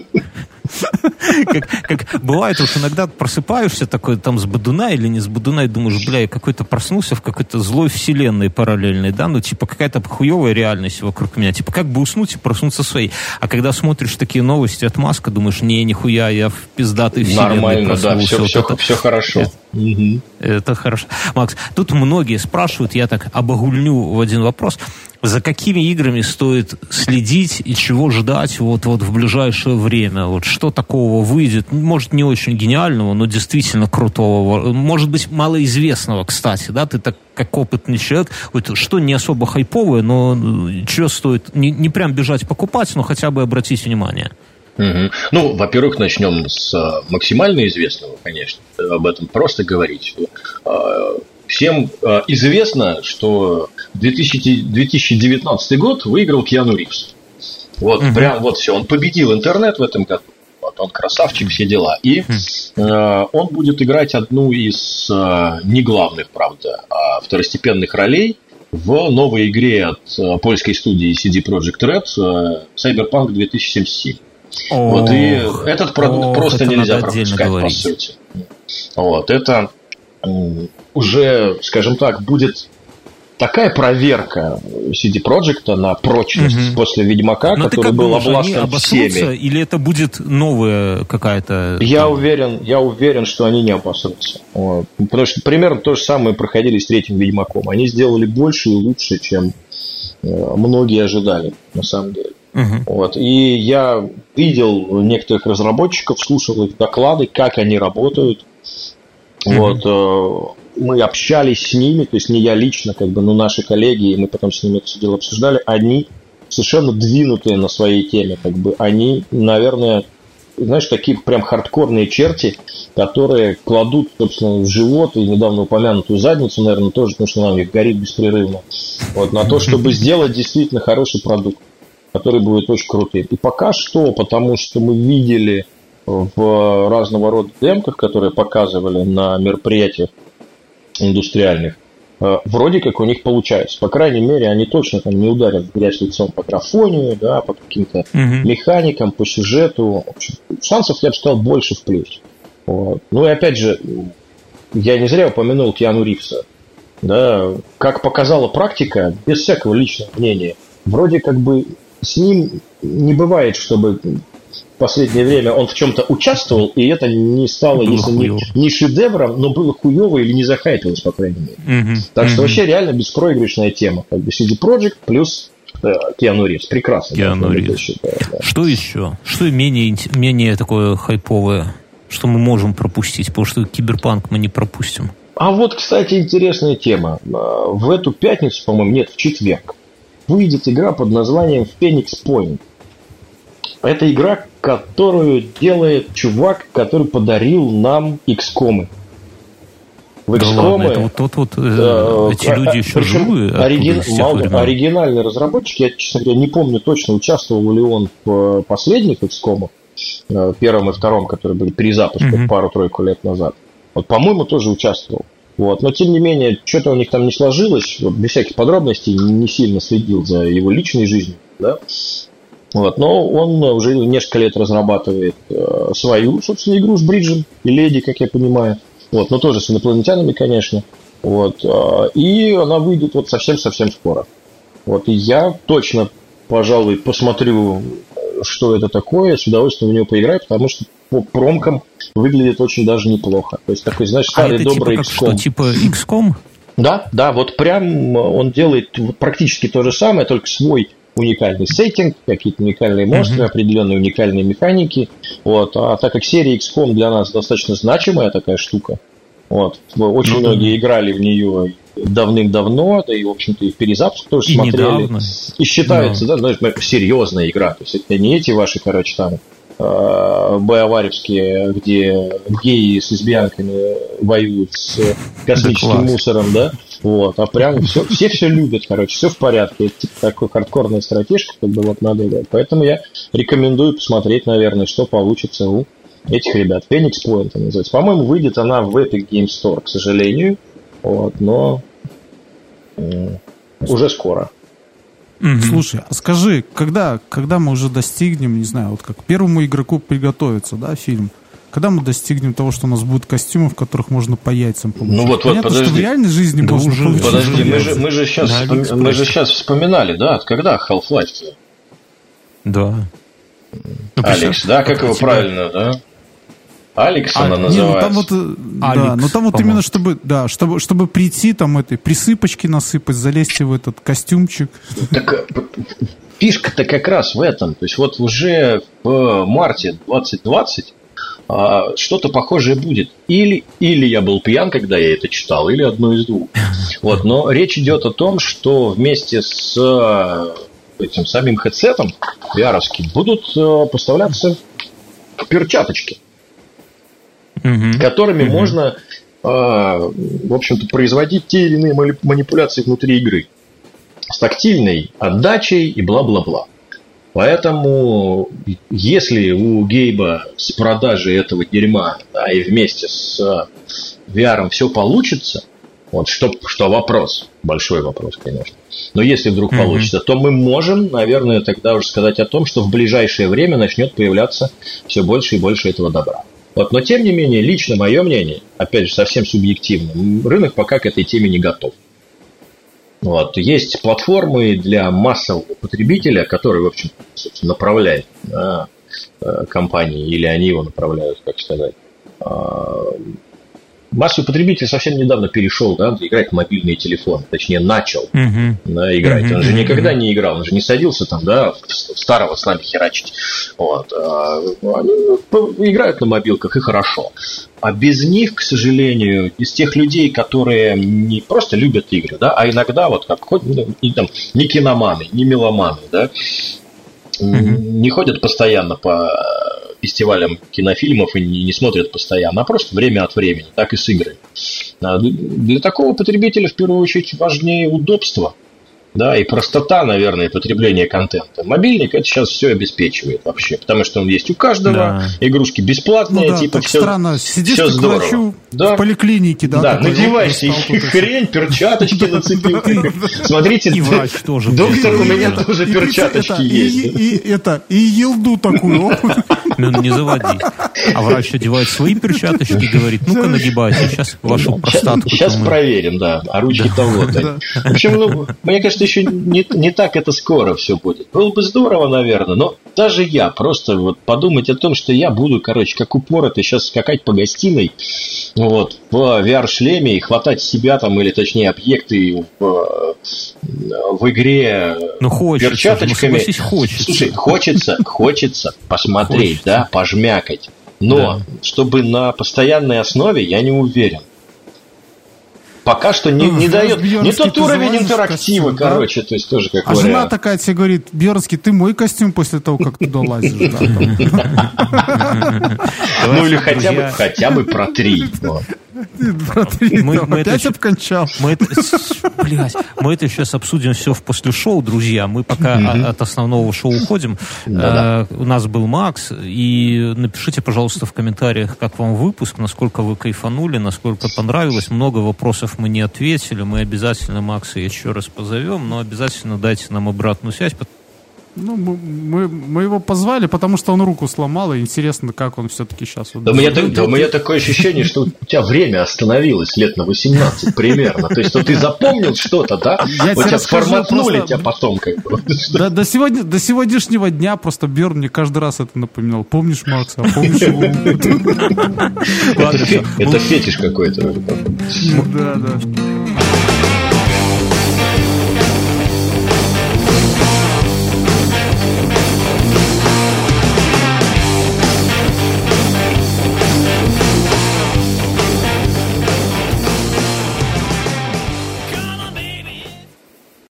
Как, как бывает, вот иногда просыпаешься такой там с бодуна или не с бодуна и думаешь, бля, я какой-то проснулся в какой-то злой вселенной параллельной, да, ну типа какая-то хуевая реальность вокруг меня, типа как бы уснуть и проснуться своей. А когда смотришь такие новости от Маска, думаешь, не, нихуя, я в пиздатой вселенной нормально, проснулся. Да, все, вот все, это, все хорошо. Это, угу. это хорошо. Макс, тут многие спрашивают, я так обогульню в один вопрос, за какими играми стоит следить и чего ждать вот, вот в ближайшее время? Вот что такого выйдет? Может, не очень гениального, но действительно крутого. Может быть, малоизвестного, кстати, да? Ты так как опытный человек. Вот, что не особо хайповое, но что стоит не, не прям бежать покупать, но хотя бы обратить внимание. Угу. Ну, во-первых, начнем с максимально известного, конечно. Об этом просто говорить. Всем э, известно, что две тысячи девятнадцатый год выиграл Киану Ривз. Вот, uh-huh. прям вот все. Он победил интернет в этом году. Вот, он красавчик, все дела. И э, он будет играть одну из э, не главных, правда, а второстепенных ролей в новой игре от э, польской студии си ди Projekt Red э, Cyberpunk две тысячи семьдесят семь. Oh, вот, и этот продукт oh, просто нельзя пропускать, по сути. Вот, это... уже, скажем так, будет такая проверка си ди Projekt на прочность угу. после Ведьмака, но который был обласкан всеми. Или это будет новая какая-то... Я там... уверен, я уверен, что они не обосрутся. Вот. Потому что примерно то же самое проходили с третьим Ведьмаком. Они сделали больше и лучше, чем многие ожидали, на самом деле. Uh-huh. Вот. И я видел некоторых разработчиков, слушал их доклады, как они работают. Uh-huh. Вот. Мы общались с ними, то есть не я лично, как бы, но наши коллеги, и мы потом с ними это все дело обсуждали. Они совершенно двинутые на своей теме, как бы. Они, наверное, знаешь, такие прям хардкорные черти, которые кладут, собственно, в живот и недавно упомянутую задницу, наверное, тоже, потому что она их горит беспрерывно, вот, на то, чтобы сделать действительно хороший продукт, который будет очень крутым. И пока что, потому что мы видели в разного рода демках, которые показывали на мероприятиях индустриальных, вроде как у них получается. По крайней мере, они точно там не ударят в грязь лицом по графонию, да, по каким-то uh-huh. механикам, по сюжету. В общем, шансов, я бы сказал, больше в плюс. Вот. Ну и опять же, я не зря упомянул Киану Ривза. Да, как показала практика, без всякого личного мнения, вроде как бы с ним не бывает, чтобы в последнее время он в чем-то участвовал, и это не стало, было если не, не шедевром, но было хуево или не захайпилось, по крайней мере. Mm-hmm. Так mm-hmm. что вообще реально беспроигрышная тема. Как бы си ди Projekt плюс э, Киану Ривз. Прекрасно. Киану Ривз. Считаю, да. Что еще? Что менее, менее такое хайповое, что мы можем пропустить? Потому что Киберпанк мы не пропустим. А вот, кстати, интересная тема. В эту пятницу, по-моему, нет, в четверг, выйдет игра под названием Phoenix Point. Это игра, которую делает чувак, который подарил нам икс ком. В икс ком да это вот тот вот э, эти люди еще живые. Оригин... Мало, оригинальный разработчик, я, честно говоря, не помню точно, участвовал ли он в последних икс ком, первом и втором, которые были перезапуски mm-hmm. пару-тройку лет назад. Вот, по-моему, тоже участвовал. Вот. Но, тем не менее, что-то у них там не сложилось. Вот, без всяких подробностей не сильно следил за его личной жизнью. Да? Вот, но он уже несколько лет разрабатывает э, свою, собственно, игру с Бриджем и Леди, как я понимаю. Вот, но тоже с инопланетянами, конечно. Вот, э, и она выйдет вот совсем-совсем скоро. Вот, и я точно, пожалуй, посмотрю, что это такое, с удовольствием в нее поиграю, потому что по промкам выглядит очень даже неплохо. То есть такой, знаешь, старый а это добрый типа икс ком. Что, типа икс ком? Да, да, вот прям он делает практически то же самое, только свой уникальный сеттинг, какие-то уникальные монстры, uh-huh. определенные уникальные механики. Вот. А так как серия икс ком для нас достаточно значимая такая штука, вот, очень uh-huh. многие играли в нее давным-давно, да и, в общем-то, и в перезапуск тоже и смотрели. Недавно. И считается, no. да, знаешь, серьезная игра. То есть это не эти ваши, короче, там боеваревские, где геи с лесбиянками воюют с космическим мусором, да? Вот, а прям все, все все любят, короче, все в порядке. Это типа такой хардкорная стратежка, как бы вот надо играть. Поэтому я рекомендую посмотреть, наверное, что получится у этих ребят. Phoenix Point называется. По-моему, выйдет она в Epic Games Store, к сожалению. Вот, но м- уже скоро. Mm-hmm. Слушай, а скажи, когда, когда мы уже достигнем, не знаю, вот как первому игроку приготовиться, да, фильм, когда мы достигнем того, что у нас будут костюмы, в которых можно по яйцам получить? Ну вот, Понятно, вот подожди. Что в реальной жизни да можно уже, получить. Подожди, мы же, мы, же сейчас, да, вспом... мы же сейчас вспоминали, да, когда Half-Life? Да. Алекс, да, как его тебя... правильно, да? Алекс а, она не, называется. Ну, там вот, Алекс, да, но там вот именно, чтобы, да, чтобы, чтобы прийти, там, этой присыпочки насыпать, залезть в этот костюмчик. Так фишка-то как раз в этом. То есть вот уже в марте двадцать двадцать а, что-то похожее будет. Или, или я был пьян, когда я это читал, или одно из двух. Вот, но речь идет о том, что вместе с этим самим хедсетом ви ар-овским будут поставляться перчаточки, Uh-huh. которыми uh-huh. можно, э, в общем-то, производить те или иные манипуляции внутри игры с тактильной отдачей и бла-бла-бла. Поэтому, если у Гейба с продажей этого дерьма, да, и вместе с ви ар все получится, вот что, что вопрос, большой вопрос, конечно, но если вдруг uh-huh. получится, то мы можем, наверное, тогда уже сказать о том, что в ближайшее время начнет появляться все больше и больше этого добра. Вот, но, тем не менее, лично мое мнение, опять же, совсем субъективно, рынок пока к этой теме не готов. Вот, есть платформы для массового потребителя, который, в общем, направляет да, компании, или они его направляют, как сказать. Массовый потребитель совсем недавно перешел, да, играть в мобильный телефон, точнее, начал uh-huh. да, играть. Uh-huh. Он же никогда не играл, он же не садился там, да, старого с нами херачить. Вот. Они играют на мобилках, и хорошо. А без них, к сожалению, из тех людей, которые не просто любят игры, да, а иногда вот как не, там, не киноманы, не меломаны, да, uh-huh. не ходят постоянно по фестивалям кинофильмов и не, не смотрят постоянно, а просто время от времени, так и с играми. Для такого потребителя в первую очередь важнее удобство. Да, и простота, наверное, потребления контента. Мобильник это сейчас все обеспечивает вообще, потому что он есть у каждого, да. Игрушки бесплатные, ну, да, типа так все, странно. Сидишь все здорово. Врачу да. в поликлинике, да. Да, надеваешь себе хрень, перчаточки нацепил. Смотрите, и врач тоже. Доктор, у меня тоже перчаточки есть. И это, и елду такую. Ну, не заводи. А врач одевает свои перчаточки и говорит, ну-ка нагибайся, сейчас вашу простатку. Сейчас проверим, да, а ручки-то вот. В общем, ну, мне кажется, еще не, не так это скоро все будет. Было бы здорово, наверное, но даже я просто вот подумать о том, что я буду, короче, как упоротый сейчас скакать по гостиной, вот, в ви ар-шлеме и хватать себя там, или точнее объекты в, в игре ну, хочется, перчаточками. Ну, хочется. Слушай, хочется, хочется посмотреть, хочется. Да, пожмякать. Но да. чтобы на постоянной основе, я не уверен. Пока что не, не дает. Не тот уровень интерактива, костюм, короче, да? То есть тоже как а жена такая тебе говорит: Бьернский, ты мой костюм после того, как туда лазишь. Ну или хотя бы протри. Протри, опять обкончал. Мы это сейчас обсудим все в после шоу, друзья. Мы пока от основного шоу уходим. У нас был Макс. И напишите, пожалуйста, в комментариях, как вам выпуск, насколько вы кайфанули, насколько понравилось. Много вопросов мы не ответили. Мы обязательно Макса еще раз позовем, но обязательно дайте нам обратную связь. Ну, мы, мы его позвали, потому что он руку сломал, и интересно, как он все-таки сейчас... Вот да, у меня, да, у меня такое ощущение, что у тебя время остановилось лет на восемнадцать примерно. То есть, что ты запомнил что-то, да? Я у тебя форматнули просто... тебя потом как бы. Да, до, сегодня, до сегодняшнего дня просто Бьерн мне каждый раз это напоминал. Помнишь Макса? А помнишь его? Это фетиш какой-то. Да, да.